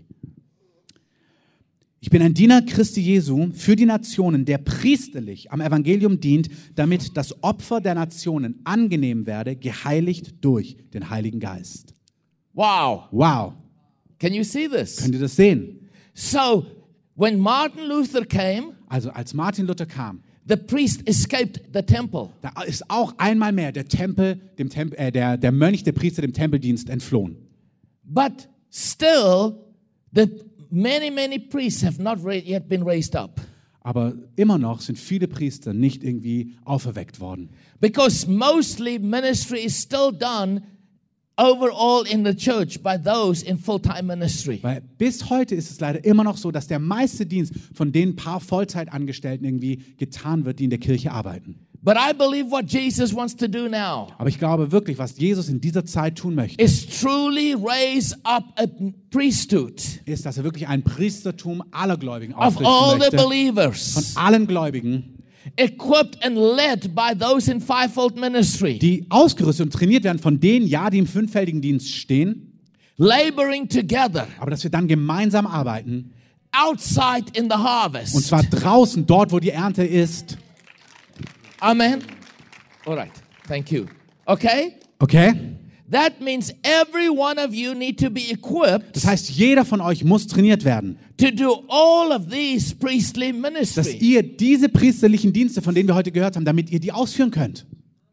Ich bin ein Diener Christi Jesu für die Nationen, der priesterlich am Evangelium dient, damit das Opfer der Nationen angenehm werde, geheiligt durch den Heiligen Geist. Wow. Wow. Can you see this? Könnt ihr das sehen? So, when Martin Luther came, Also als Martin Luther kam, the priest escaped the temple. da ist auch einmal mehr der Mönch, der Priester dem Tempeldienst entflohen. But still, the many priests have not yet been raised up. Aber immer noch sind viele Priester nicht irgendwie auferweckt worden. Because mostly ministry is still done overall in the church by those in full-time ministry. Weil bis heute ist es leider immer noch so, dass der meiste Dienst von den paar Vollzeitangestellten irgendwie getan wird, die in der Kirche arbeiten. But I believe what Jesus wants to do now Aber ich glaube wirklich, was Jesus in dieser Zeit tun möchte, is truly raise up a priesthood ist, dass er wirklich ein Priestertum aller Gläubigen of all aufrichten the möchte. Von believers, allen Gläubigen, equipped and led by those in fivefold ministry, die ausgerüstet und trainiert werden von denen, ja, die im fünffältigen Dienst stehen, laboring together aber dass wir dann gemeinsam arbeiten, outside in the und harvest. zwar draußen, dort, wo die Ernte ist. Amen. All right. Thank you. Okay? Okay? That means every one of you need to be equipped Das heißt, jeder von euch muss trainiert werden, to do all of these priestly dass ministry. ihr diese priesterlichen Dienste, von denen wir heute gehört haben, damit ihr die ausführen könnt.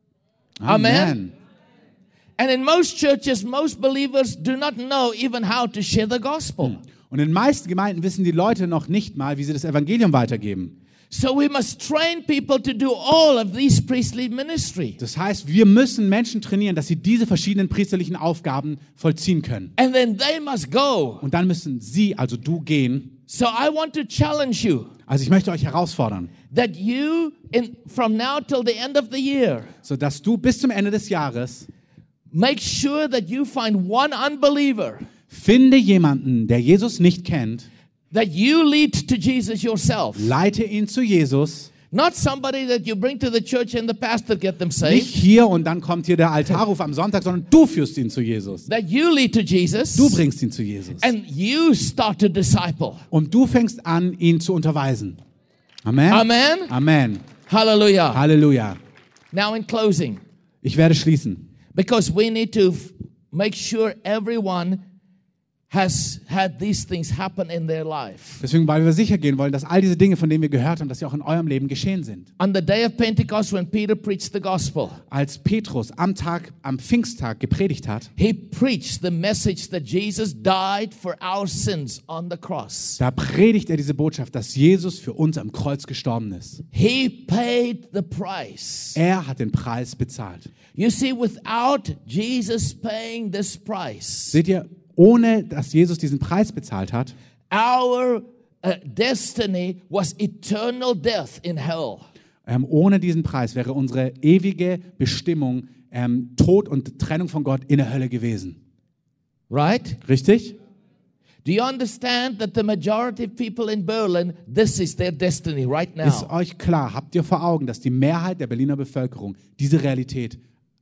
Amen. And in most churches, most believers do not know even how to share the gospel. Und in den meisten Gemeinden wissen die Leute noch nicht mal, wie sie das Evangelium weitergeben. So we must train people to do all of these priestly ministry. Das heißt, wir müssen Menschen trainieren, dass sie diese verschiedenen priesterlichen Aufgaben vollziehen können. And then they must go. Und dann müssen sie, also du, gehen. So I want to challenge you Also ich möchte euch herausfordern, that you, from now till the end of the year, sodass du bis zum Ende des Jahres make sure that you find one unbeliever finde jemanden, der Jesus nicht kennt, that you lead to Jesus yourself. leite ihn zu Jesus. Not somebody that you bring to the church and the pastor get them Nicht saved. hier und dann kommt hier der Altarruf am Sonntag, sondern du führst ihn zu Jesus. That you lead to Jesus. Du bringst ihn zu Jesus. And you start to disciple. Und du fängst an, ihn zu unterweisen. Amen. Amen. Amen. Hallelujah. Halleluja. Now in closing, Ich werde schließen. because we need to make sure everyone has had these things happen in their life. Deswegen, weil wir sicher gehen wollen, dass all diese Dinge, von denen wir gehört haben, dass sie auch in eurem Leben geschehen sind. On the day of Pentecost, when Peter preached the gospel, Als Petrus am Pfingsttag gepredigt hat, he preached the message that Jesus died for our sins on the cross. da predigt er diese Botschaft, dass Jesus für uns am Kreuz gestorben ist. He paid the price. Er hat den Preis bezahlt. You see, without Jesus paying this price, Seht ihr, ohne dass Jesus diesen Preis bezahlt hat, our destiny was eternal death in hell. ohne diesen Preis wäre unsere ewige Bestimmung Tod und Trennung von Gott in der Hölle gewesen. Right? Richtig? Do you understand that the majority of people in Berlin, this is their destiny right Ist now? euch klar, habt ihr vor Augen, dass die Mehrheit der Berliner Bevölkerung diese Realität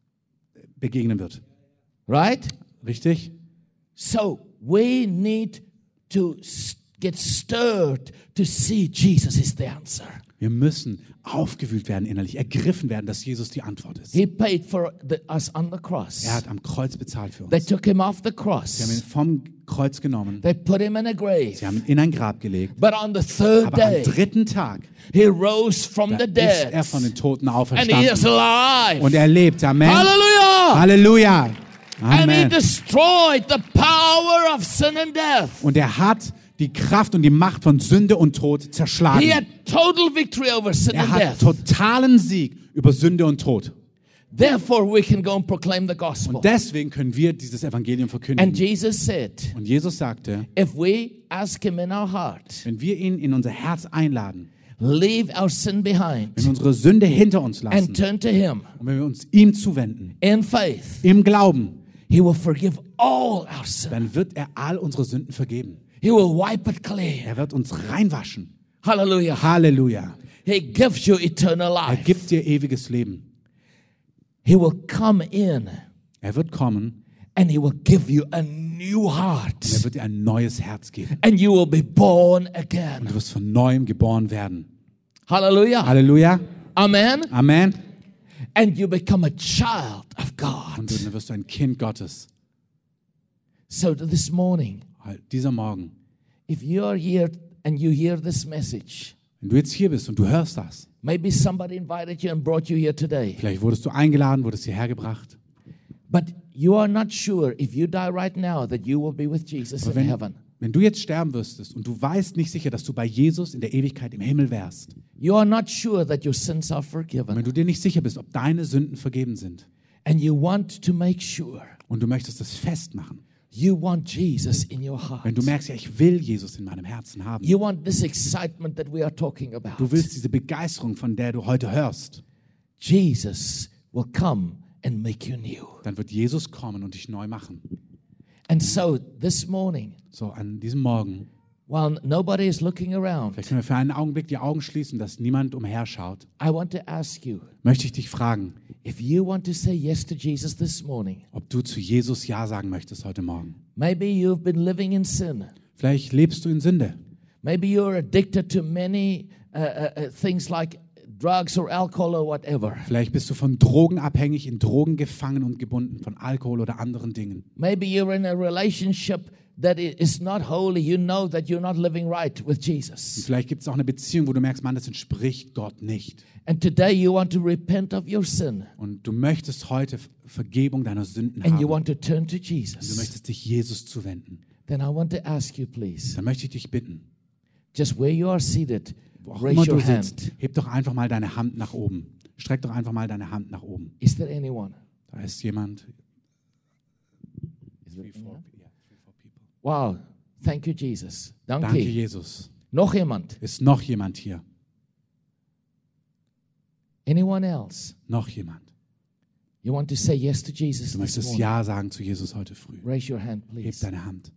begegnen wird? Right? Richtig? So we need to get stirred to see Jesus is the answer. Wir müssen aufgewühlt werden innerlich, ergriffen werden, dass Jesus die Antwort ist. He paid for us on the cross. Er hat am Kreuz bezahlt für They uns. took him off the Sie haben ihn cross. vom Kreuz genommen. They put him in a grave. Sie haben ihn in ein Grab gelegt. But on the third Aber am day, dritten Tag he rose from da the ist dead. er von den Toten And he is auferstanden. alive. Und er lebt. Amen. Hallelujah. Halleluja. And he Amen. destroyed the power of sin and death. Und er hat die Kraft und die Macht von Sünde und Tod He zerschlagen. had total victory over sin Er and hat death. totalen Sieg über Sünde und Tod. Therefore, we can go and proclaim the gospel. Und deswegen können wir dieses Evangelium And verkünden. Jesus said, Und Jesus sagte, if we ask him in our heart, wenn wir ihn in unser Herz einladen, leave our sin wenn behind wir unsere Sünde hinter uns lassen and turn to him und wenn wir uns ihm zuwenden, in faith, im Glauben, he will forgive all our sin. dann wird er all unsere Sünden vergeben. He will wipe it clean. Er wird uns reinwaschen. Hallelujah. Halleluja. He gives you eternal Er life. gibt dir ewiges Leben. He will come in Er wird kommen and he will give you a new und er heart. wird dir ein neues Herz geben. And you will be born again. Und du wirst von neuem geboren werden. Hallelujah. Halleluja. Amen. Amen. And you become a child of Und God. dann wirst du ein Kind Gottes. So this morning, Dieser Morgen, if you are here and you hear this message, wenn du jetzt hier bist und du hörst das, maybe somebody invited you and brought you here today, vielleicht wurdest du eingeladen, wurdest hierher gebracht, but you are not sure if you die right now that you will be with Jesus in aber heaven. wenn du jetzt sterben wirstest und du weißt nicht sicher, dass du bei Jesus in der Ewigkeit im Himmel wärst, You are not sure that your sins are und wenn forgiven. du dir nicht sicher bist, ob deine Sünden vergeben sind And you want to make sure und du möchtest das festmachen, you want Jesus in your heart. wenn du merkst, ja, ich will Jesus in meinem Herzen haben, You want this excitement that we are talking about. du willst diese Begeisterung, von der du heute hörst, Jesus will come and make you new. dann wird Jesus kommen und dich neu machen. And so this morning, So, an diesem Morgen, while nobody is looking around, vielleicht können wir für einen Augenblick die Augen schließen, dass niemand umherschaut, I want to ask you, möchte ich dich fragen, if you want to say yes to Jesus this morning, ob du zu Jesus Ja sagen möchtest heute Morgen. maybe you've been living in sin. Vielleicht lebst du in Sünde. Maybe you're addicted to many things like drugs or alcohol or whatever. Vielleicht bist du von Drogen abhängig, in Drogen gefangen und gebunden, von Alkohol oder anderen Dingen. Maybe you're in a relationship that is not holy. You know that you're not living right with Und Jesus. vielleicht gibt es auch eine Beziehung, wo du merkst, Mann, das entspricht Gott nicht. And today you want to repent of your sin Und du möchtest heute Vergebung deiner Sünden and haben. you want to turn to Und du Jesus. möchtest dich Jesus zuwenden. Then I want to ask you, please, Dann möchte ich dich bitten, just where you are seated, wo auch raise immer du your sitzt, hand. heb doch einfach mal deine Hand nach oben. Streck doch einfach mal deine Hand nach oben. Is there anyone? Da ist jemand. Is there anyone? 3, 4 people. Wow. Thank you, Jesus. Danke, Danke. Jesus. Noch jemand? Ist noch jemand hier? Anyone else? Noch jemand? You want to say yes to Jesus Du this möchtest morning? Ja sagen zu Jesus heute früh. Raise your hand, Heb please. deine Hand.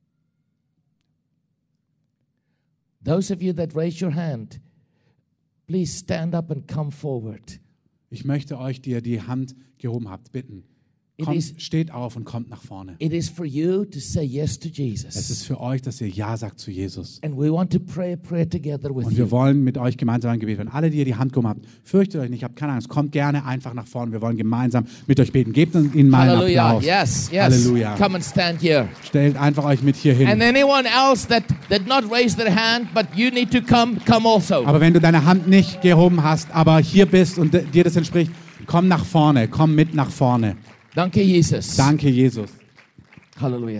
Those of you that raise your hand, please stand up and come forward. Ich möchte euch, die ihr die Hand gehoben habt, bitten. It Kommt, is- steht auf und kommt nach vorne. It is for you to say yes to Es Jesus. ist für euch, dass ihr Ja sagt zu Jesus. And we want to pray a prayer together with Und wir you. wollen mit euch gemeinsam ein Gebet. Wenn alle, die ihr die Hand gehoben habt, fürchtet euch nicht, habt keine Angst, kommt gerne einfach nach vorne. Wir wollen gemeinsam mit euch beten. Gebt ihnen mal einen Hallelujah. Applaus. Yes, yes. Halleluja. Come and stand here. Stellt einfach euch mit hier And hin. anyone else that did not raise their hand, but you need to come also. Aber wenn du deine Hand nicht gehoben hast, aber hier bist und dir das entspricht, komm nach vorne, komm mit nach vorne. Danke, Jesus. Danke, Jesus. Hallelujah.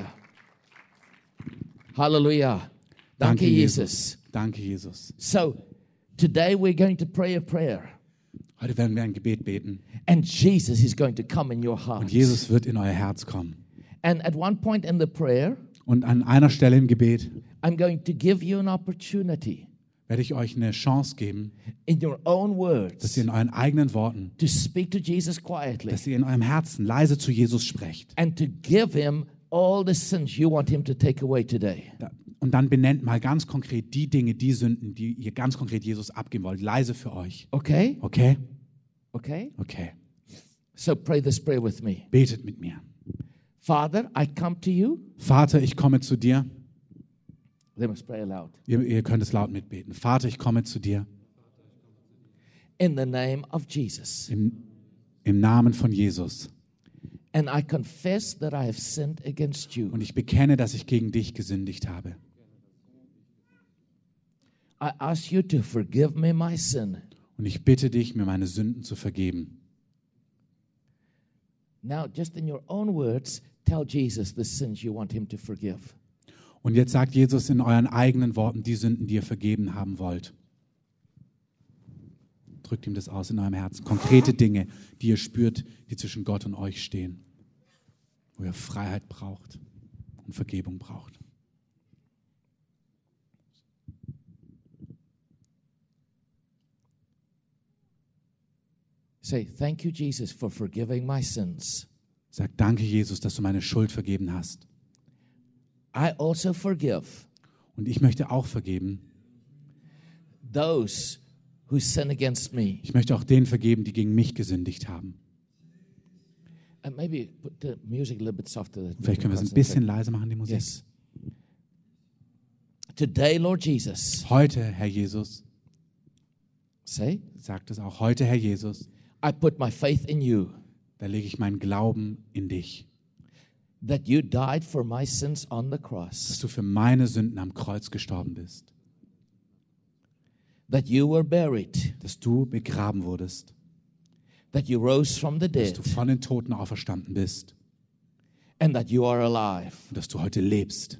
Hallelujah. Danke, Jesus. Danke, Jesus. So, today we're going to pray a prayer. Heute werden wir ein Gebet beten And Jesus is going to come in your heart. und Jesus wird in euer Herz kommen. And at one point in the prayer, Und an einer Stelle im Gebet I'm going to give you an opportunity werde ich euch eine Chance geben, in your own dass words ihr in euren eigenen Worten, to speak to Jesus quietly dass ihr in eurem Herzen leise zu Jesus sprecht. and to give him all the sins you want him to take away today. Und dann benennt mal ganz konkret die Dinge, die Sünden, die ihr ganz konkret Jesus abgeben wollt. Leise für euch. Okay? Okay? Okay? Okay. So pray this prayer with me. Betet mit mir. Father, I come to you Vater, ich komme zu dir They must pray aloud. Ihr könnt es laut mitbeten. Vater, ich komme zu dir In the name of Jesus. im Namen von Jesus. And I confess that I have sinned against you. Und ich bekenne, dass ich gegen dich gesündigt habe. I ask you to forgive me my sin. Und ich bitte dich, mir meine Sünden zu vergeben. Now, just in your own words, tell Jesus the sins you want him to forgive. Und jetzt sagt Jesus in euren eigenen Worten die Sünden, die ihr vergeben haben wollt. Drückt ihm das aus in eurem Herzen. Konkrete Dinge, die ihr spürt, die zwischen Gott und euch stehen. Wo ihr Freiheit braucht und Vergebung braucht. Say, thank you, Jesus, for forgiving my sins. Sag, danke, Jesus, dass du meine Schuld vergeben hast. I also forgive Und ich möchte auch vergeben. those who sin against me. Ich möchte auch denen vergeben, die gegen mich gesündigt haben. And maybe put the music a little bit softer. that we Vielleicht can können wir es ein concentrate. bisschen leiser machen, die Musik. Yes. Today, Lord Jesus, Heute, Herr Jesus, say, sagt es auch, heute, Herr Jesus, I put my faith in you, da lege ich meinen Glauben in dich, that you died for my sins on the dass cross, du für meine Sünden am Kreuz gestorben bist, that you were buried, dass du begraben wurdest, that you rose from the dass dead, du von den Toten auferstanden bist and that you are alive. und dass du heute lebst.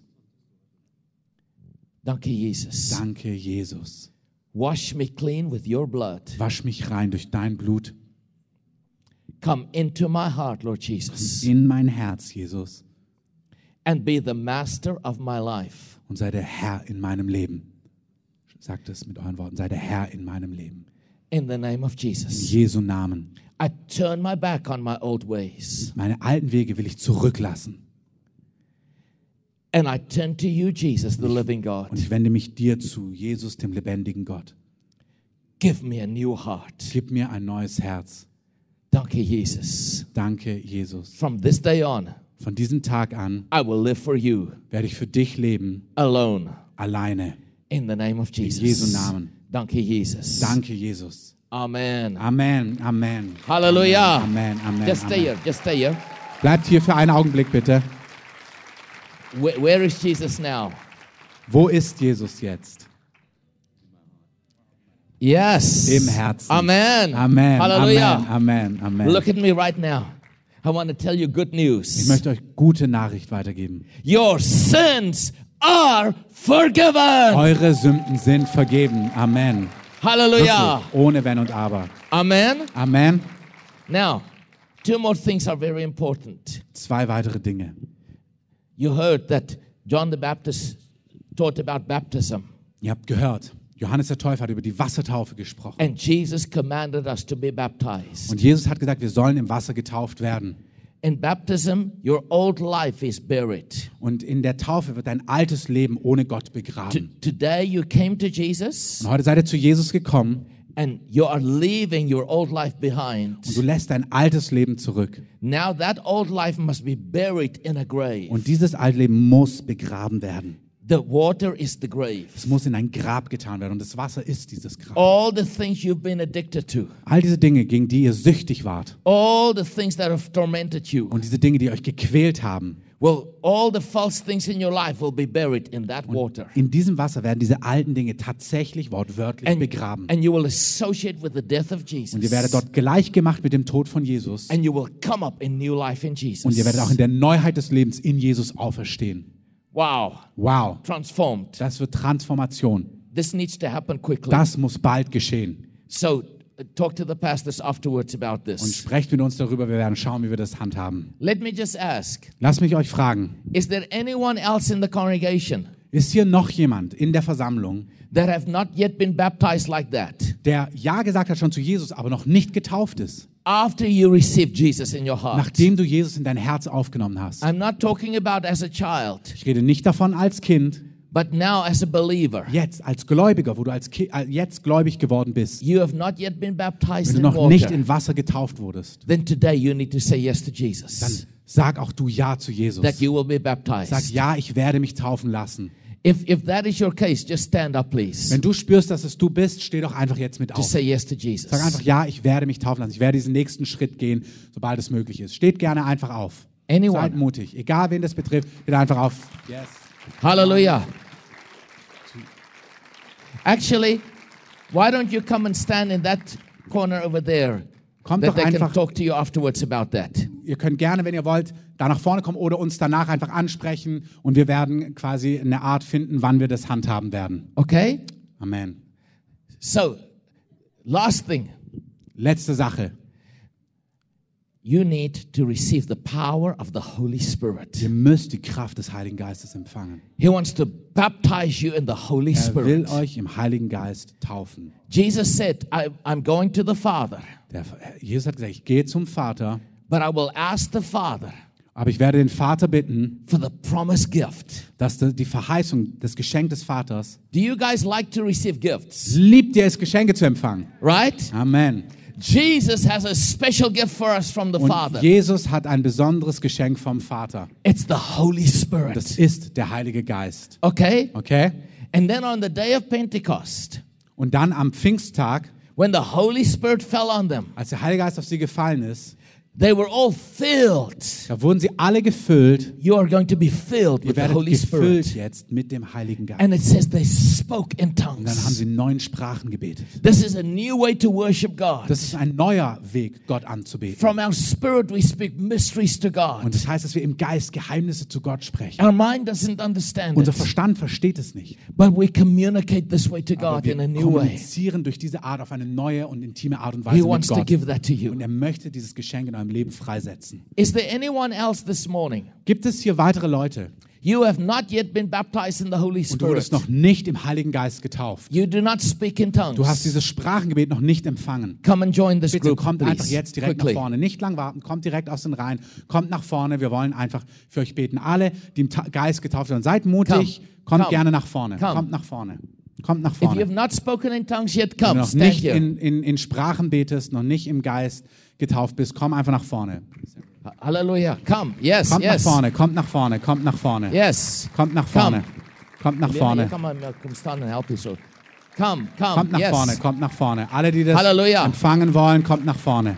Danke, Jesus. Danke, Jesus. Wash me clean with your blood. Wasch mich rein durch dein Blut Come into my heart, Lord Jesus, in mein Herz, Jesus, and be the master of my life. und sei der Herr in meinem Leben. Sagt es mit euren Worten, sei der Herr in meinem Leben. In the name of In Jesus. Jesu Namen. I turn my back on my old ways, Meine alten Wege will ich zurücklassen. and I turn to you, Jesus, the living God. Und ich wende mich dir zu, Jesus, dem lebendigen Gott. Give me a new heart. Gib mir ein neues Herz. Danke, Jesus. Danke, Jesus. From this day on, Von diesem Tag an I will live for you werde ich für dich leben, alone. alleine. In the name of Jesus. Jesu Namen. Danke, Jesus. Danke, Jesus. Amen. Amen, Amen. Hallelujah. Amen, Amen. Just stay Amen. here. Just stay here. Bleibt hier für einen Augenblick, bitte. Where is Jesus now? Wo ist Jesus jetzt? Yes. Im Herzen. Amen. Amen, Hallelujah. Amen, Amen, Amen. Look at me right now. I want to tell you good Ich news. möchte euch gute Nachricht weitergeben. Your sins are forgiven. Eure Sünden sind vergeben. Amen. Hallelujah. Wirklich, ohne Wenn und Aber. Amen. Amen. Now, two more things are very important. 2 weitere Dinge. You heard that John the Baptist taught about baptism, Ihr habt gehört, Johannes der Täufer hat über die Wassertaufe gesprochen. and Jesus commanded us to be baptized. Und Jesus hat gesagt, wir sollen im Wasser getauft werden. In baptism, your old life is buried. Und in der Taufe wird dein altes Leben ohne Gott begraben. Today, you came to Jesus, Und heute seid ihr zu Jesus gekommen and you are leaving your old life behind. und du lässt dein altes Leben zurück. Now, that old life must be buried in a grave. Und dieses alte Leben muss begraben werden. The water is the grave. Es muss in ein Grab getan werden und das Wasser ist dieses Grab. All the things you've been addicted to, All diese Dinge, gegen die ihr süchtig wart all the things that have tormented you, und diese Dinge, die euch gequält haben, well, all the false things in your life will be buried in that water. in diesem Wasser werden diese alten Dinge tatsächlich wortwörtlich begraben. And you will associate with the death of Jesus. Und ihr werdet dort gleich gemacht mit dem Tod von Jesus. And you will come up in new life in Jesus. Und ihr werdet auch in der Neuheit des Lebens in Jesus auferstehen. Wow. Wow, Transformed. das wird Transformation. This needs to happen quickly. Das muss bald geschehen. So talk to the pastors afterwards about Und this. sprecht mit uns darüber, wir werden schauen, wie wir das handhaben. Let me just ask, Lasst mich euch fragen, is there anyone else in the congregation ist hier noch jemand in der Versammlung, that have not yet been baptized like that? der Ja gesagt hat schon zu Jesus, aber noch nicht getauft ist, After you received Jesus in your heart. nachdem du Jesus in dein Herz aufgenommen hast? I'm not talking about as a child, Ich rede nicht davon als Kind, but now as a believer. jetzt als Gläubiger, wo du als jetzt gläubig geworden bist, You have not yet been baptized wenn du in noch nicht water. in Wasser getauft wurdest, Then today you need to say yes to dann Jesus. sag auch du Ja zu Jesus. That you will be Sag baptized. ja, ich werde mich taufen lassen. If that is your case, just stand up, please. Wenn du spürst, dass es du bist, steh doch einfach jetzt mit Just auf. say yes to Jesus. Sag einfach, ja, ich werde mich taufen lassen. Ich werde diesen nächsten Schritt gehen, sobald es möglich ist. Steht gerne einfach auf. Anyone. Seid mutig. Egal, wen das betrifft, steht einfach auf. Yes. Hallelujah. Actually, why don't you come and stand in that corner over there? Kommt That doch they can einfach. talk to you afterwards about that. Ihr könnt gerne, wenn ihr wollt, da nach vorne kommen oder uns danach einfach ansprechen und wir werden quasi eine Art finden, wann wir das handhaben werden. Okay? Amen. So, last thing. Letzte Sache. You need to receive the power of the Holy Spirit. Ihr müsst die Kraft des Heiligen Geistes empfangen. He wants to baptize you in the Holy Er will Spirit. euch im Heiligen Geist taufen. Jesus said, I'm going to the Father, Jesus hat gesagt, ich gehe zum Vater, but I will ask the Father aber ich werde den Vater bitten, for the promised gift. dass die Verheißung, das Geschenk des Vaters, Do you guys like to receive gifts? liebt ihr es, Geschenke zu empfangen. Right? Amen. Jesus has a special gift for us from the Und Father. Jesus hat ein besonderes Geschenk vom Vater. It's the Holy Das Spirit. ist der Heilige Geist. Okay? Okay? And then on the day of Pentecost, Und dann am Pfingsttag, when the Holy Spirit fell on them, als der Heilige Geist auf sie gefallen ist, they were all filled. da wurden sie alle gefüllt. You are going to be filled Ihr with the werdet Holy gefüllt Spirit. jetzt mit dem Heiligen Geist. And it says they spoke in Und dann haben tongues. sie in neuen Sprachen gebetet. This is a new way to worship God. Das ist ein neuer Weg, Gott anzubeten. From our spirit, we speak mysteries to God. Und das heißt, dass wir im Geist Geheimnisse zu Gott sprechen. Our mind doesn't understand Unser it, Verstand versteht es nicht. but we communicate this way to Aber God in a wir new way. kommunizieren durch diese Art auf eine neue und intime Art und Weise He mit wants to Gott. give that to Und you. er möchte dieses Geschenk in eurem Leben freisetzen. Is there anyone else this morning? Gibt es hier weitere Leute You have not yet been baptized in the Holy und du wurdest Spirit. noch nicht im Heiligen Geist getauft? You do not speak in tongues. Du hast dieses Sprachengebet noch nicht empfangen. Come and join this Bitte group, kommt einfach please. jetzt direkt Quickly. nach vorne. Nicht lang warten, kommt direkt aus den Reihen. Kommt nach vorne. Wir wollen einfach für euch beten. Alle, die im Geist getauft werden, seid mutig. Kommt Come. gerne nach vorne. Come. Kommt nach vorne. Kommt nach If you vorne. have not spoken in tongues yet, Wenn du come, noch stand nicht here. in Sprachen betest, noch nicht im Geist getauft bist, komm einfach nach vorne. Hallelujah. Come. Yes, Kommt nach yes. vorne, kommt nach vorne, kommt nach vorne. Yes. Kommt nach vorne. Kommt nach Leonie, vorne. Come on, come stand and help you. So, come. Kommt nach yes. vorne, kommt nach vorne. Alle, die das Halleluja. empfangen wollen, kommt nach vorne.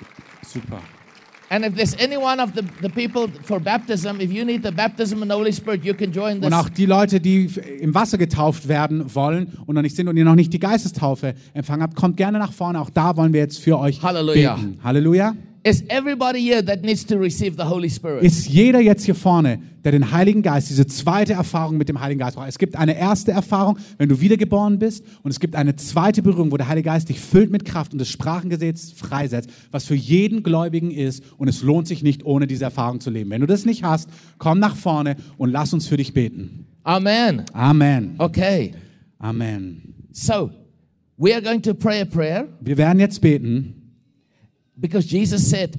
Super. And if there's any one of the people for baptism, if you need the baptism in the Holy Spirit, you can join this. Und auch die Leute, die im Wasser getauft werden wollen und noch nicht sind und ihr noch nicht die Geistestaufe empfangen habt, kommt gerne nach vorne. Auch da wollen wir jetzt für euch Halleluja. beten. Halleluja. Is everybody here that needs to receive the Holy Spirit? Ist jeder jetzt hier vorne, der den Heiligen Geist, diese zweite Erfahrung mit dem Heiligen Geist braucht? Es gibt eine erste Erfahrung, wenn du wiedergeboren bist, und es gibt eine zweite Berührung, wo der Heilige Geist dich füllt mit Kraft und das Sprachengesetz freisetzt, was für jeden Gläubigen ist, und es lohnt sich nicht, ohne diese Erfahrung zu leben. Wenn du das nicht hast, komm nach vorne und lass uns für dich beten. Amen. Amen. Okay. Amen. So, we are going to pray a prayer Wir werden jetzt beten, because Jesus said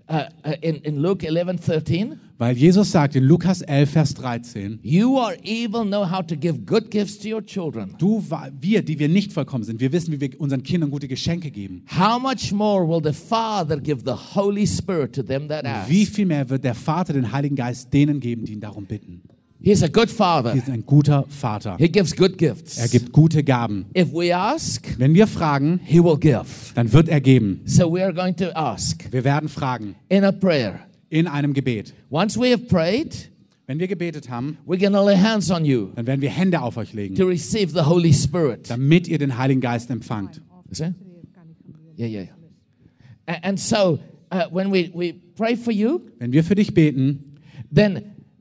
in Luke 11:13, weil Jesus sagt in Lukas 11, Vers 13, you are evil, know how to give good gifts to your children. wir, die wir nicht vollkommen sind, wir wissen, wie wir unseren Kindern gute Geschenke geben. How much more will the Father give the Holy Spirit to them that ask? Wie viel mehr wird der Vater den Heiligen Geist denen geben, die ihn darum bitten? He's a good Er Father. ist ein guter Vater. He gives good gifts. Er gibt gute Gaben. If we ask, Wenn wir fragen, He will give. dann wird er geben. So we are going to ask Wir werden fragen in a prayer. in einem Gebet. Once we have prayed, Wenn wir gebetet haben, we're going to lay hands on you dann werden wir Hände auf euch legen, to receive the Holy Spirit. damit ihr den Heiligen Geist empfangt. See? Yeah. And so when we pray for you, Wenn wir für dich beten, then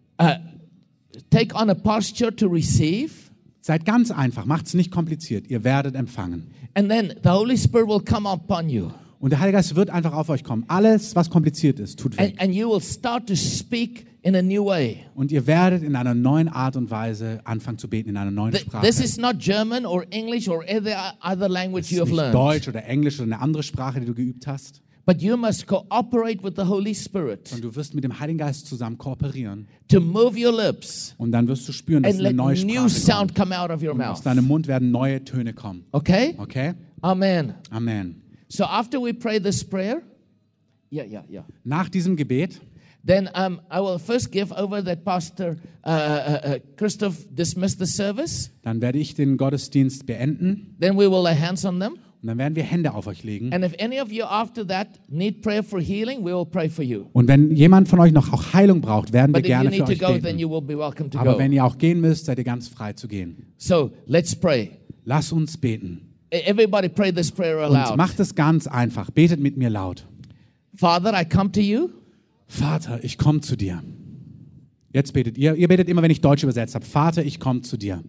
take on a posture to receive, seid ganz einfach, macht's nicht kompliziert. Ihr werdet empfangen. and then the Holy Spirit will come upon you. Und der Heilige Geist wird einfach auf euch kommen. Alles, was kompliziert ist, tut weg. And you will start to speak in a new way. Und ihr werdet in einer neuen Art und Weise anfangen zu beten, in einer neuen Sprache. This is not German or English or any other language Es you ist have nicht learned. Deutsch oder Englisch oder eine andere Sprache, die du geübt hast. But you must cooperate with the Holy Spirit Und du wirst mit dem Heiligen Geist zusammen kooperieren. to move your lips Und dann wirst du spüren, dass and eine let neue new Sprache sound kommt. come out of your Und aus mouth. deinem Mund werden neue Töne kommen. Okay? Okay? Amen. Amen. So after we pray this prayer, yeah. Nach diesem Gebet, Then I will first give over that Pastor Christoph dismiss the service. Dann werde ich den Gottesdienst beenden Then we will lay hands on them. und dann werden wir Hände auf euch legen. And if any of you after that need prayer for healing, we will pray for you. Und wenn jemand von euch noch auch Heilung braucht, werden wir But if you gerne für need to euch go, then beten. you will be welcome to Aber go. wenn ihr auch gehen müsst, seid ihr ganz frei zu gehen. So let's pray. Lass uns beten. Everybody pray this prayer Und aloud. macht es ganz einfach. Betet mit mir laut. Father, I come to you. Vater, ich komme zu dir. Jetzt betet ihr. Ihr betet immer, wenn ich Deutsch übersetzt habe. Vater, ich komme zu dir.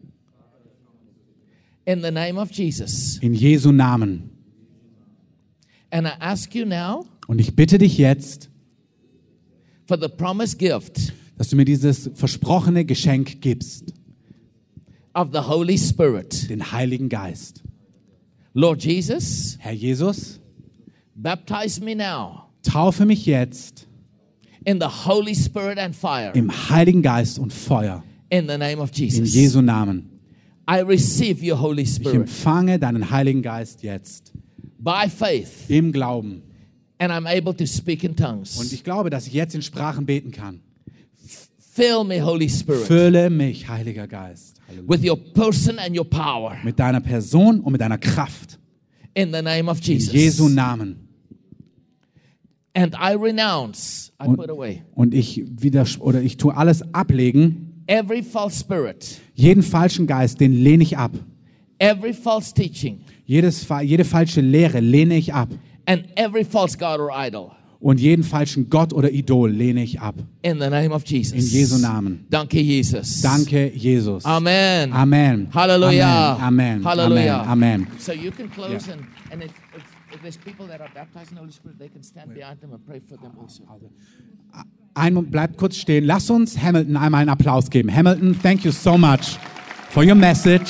In the name of Jesus. In Jesu Namen. And I ask you now Und ich bitte dich jetzt, for the promised gift dass du mir dieses versprochene Geschenk gibst. of the Holy Spirit. Den Heiligen Geist. Lord Jesus, Herr Jesus, baptize me now taufe mich jetzt in the Holy Spirit and fire. im Heiligen Geist und Feuer. In the name of In Jesus. Jesu Namen. I receive your Holy Ich Spirit empfange deinen Heiligen Geist jetzt. by faith. Im Glauben. And I'm able to speak in Und tongues. ich glaube, dass ich jetzt in Sprachen beten kann. Fill me, Holy Spirit, Fülle mich, Heiliger Geist. Halleluja. with your person and your power. Mit deiner Person und mit deiner Kraft. In the name of In Jesus. Jesu Namen. And I renounce, I Und, put away, und ich tue alles ablegen. every false spirit, Jeden falschen Geist, den lehne ich ab. every false teaching, Jede falsche Lehre lehne ich ab. and every false god or idol. Und jeden falschen Gott oder Idol lehne ich ab. In the name of Jesus. In Jesu Namen. Danke, Jesus. Danke, Jesus. Amen. Amen. Hallelujah. Amen. Amen. Hallelujah. Amen. So you can close and if there's people that are baptized in the Holy Spirit, they can stand behind them and pray for them also. Bleibt kurz stehen. Lass uns Hamilton einmal einen Applaus geben. Hamilton, thank you so much for your message.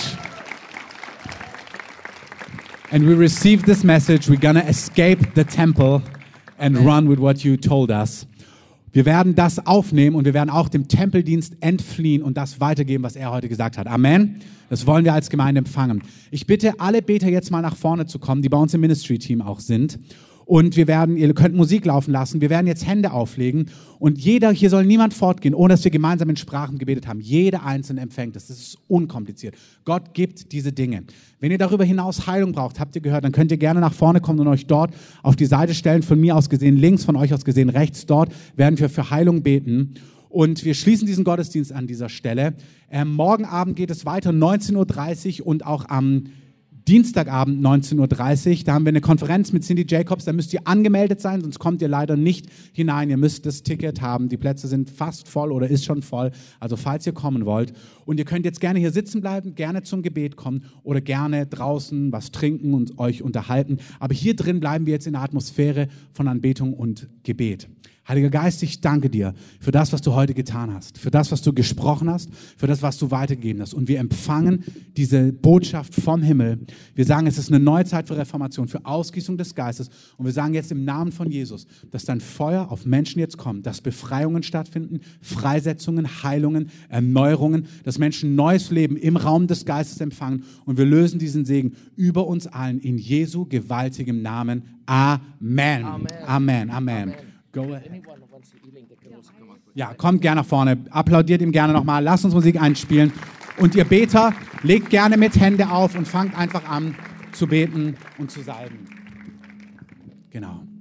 And we received this message. We're gonna escape the temple and run with what you told us. Wir werden das aufnehmen und wir werden auch dem Tempeldienst entfliehen und das weitergeben, was er heute gesagt hat. Amen. Das wollen wir als Gemeinde empfangen. Ich bitte alle Beter jetzt mal nach vorne zu kommen, die bei uns im Ministry-Team auch sind. Und ihr könnt Musik laufen lassen. Wir werden jetzt Hände auflegen. Und hier soll niemand fortgehen, ohne dass wir gemeinsam in Sprachen gebetet haben. Jeder Einzelne empfängt das. Das ist unkompliziert. Gott gibt diese Dinge. Wenn ihr darüber hinaus Heilung braucht, habt ihr gehört, dann könnt ihr gerne nach vorne kommen und euch dort auf die Seite stellen. Von mir aus gesehen links, von euch aus gesehen rechts. Dort werden wir für Heilung beten. Und wir schließen diesen Gottesdienst an dieser Stelle. Morgen Abend geht es weiter, 19:30 Uhr und auch am Dienstagabend 19:30 Uhr, da haben wir eine Konferenz mit Cindy Jacobs, da müsst ihr angemeldet sein, sonst kommt ihr leider nicht hinein. Ihr müsst das Ticket haben, die Plätze sind fast voll oder ist schon voll, also falls ihr kommen wollt. Und ihr könnt jetzt gerne hier sitzen bleiben, gerne zum Gebet kommen oder gerne draußen was trinken und euch unterhalten. Aber hier drin bleiben wir jetzt in der Atmosphäre von Anbetung und Gebet. Heiliger Geist, ich danke dir für das, was du heute getan hast, für das, was du gesprochen hast, für das, was du weitergegeben hast. Und wir empfangen diese Botschaft vom Himmel. Wir sagen, es ist eine neue Zeit für Reformation, für Ausgießung des Geistes. Und wir sagen jetzt im Namen von Jesus, dass dein Feuer auf Menschen jetzt kommt, dass Befreiungen stattfinden, Freisetzungen, Heilungen, Erneuerungen, dass Menschen neues Leben im Raum des Geistes empfangen. Und wir lösen diesen Segen über uns allen in Jesu gewaltigem Namen. Amen. Amen. Amen. Amen. Go ahead. Anyone who wants healing, they can also come up. Ja, kommt gerne nach vorne. Applaudiert ihm gerne nochmal. Lasst uns Musik einspielen. Und ihr Beter, legt gerne mit Hände auf und fangt einfach an zu beten und zu salben. Genau.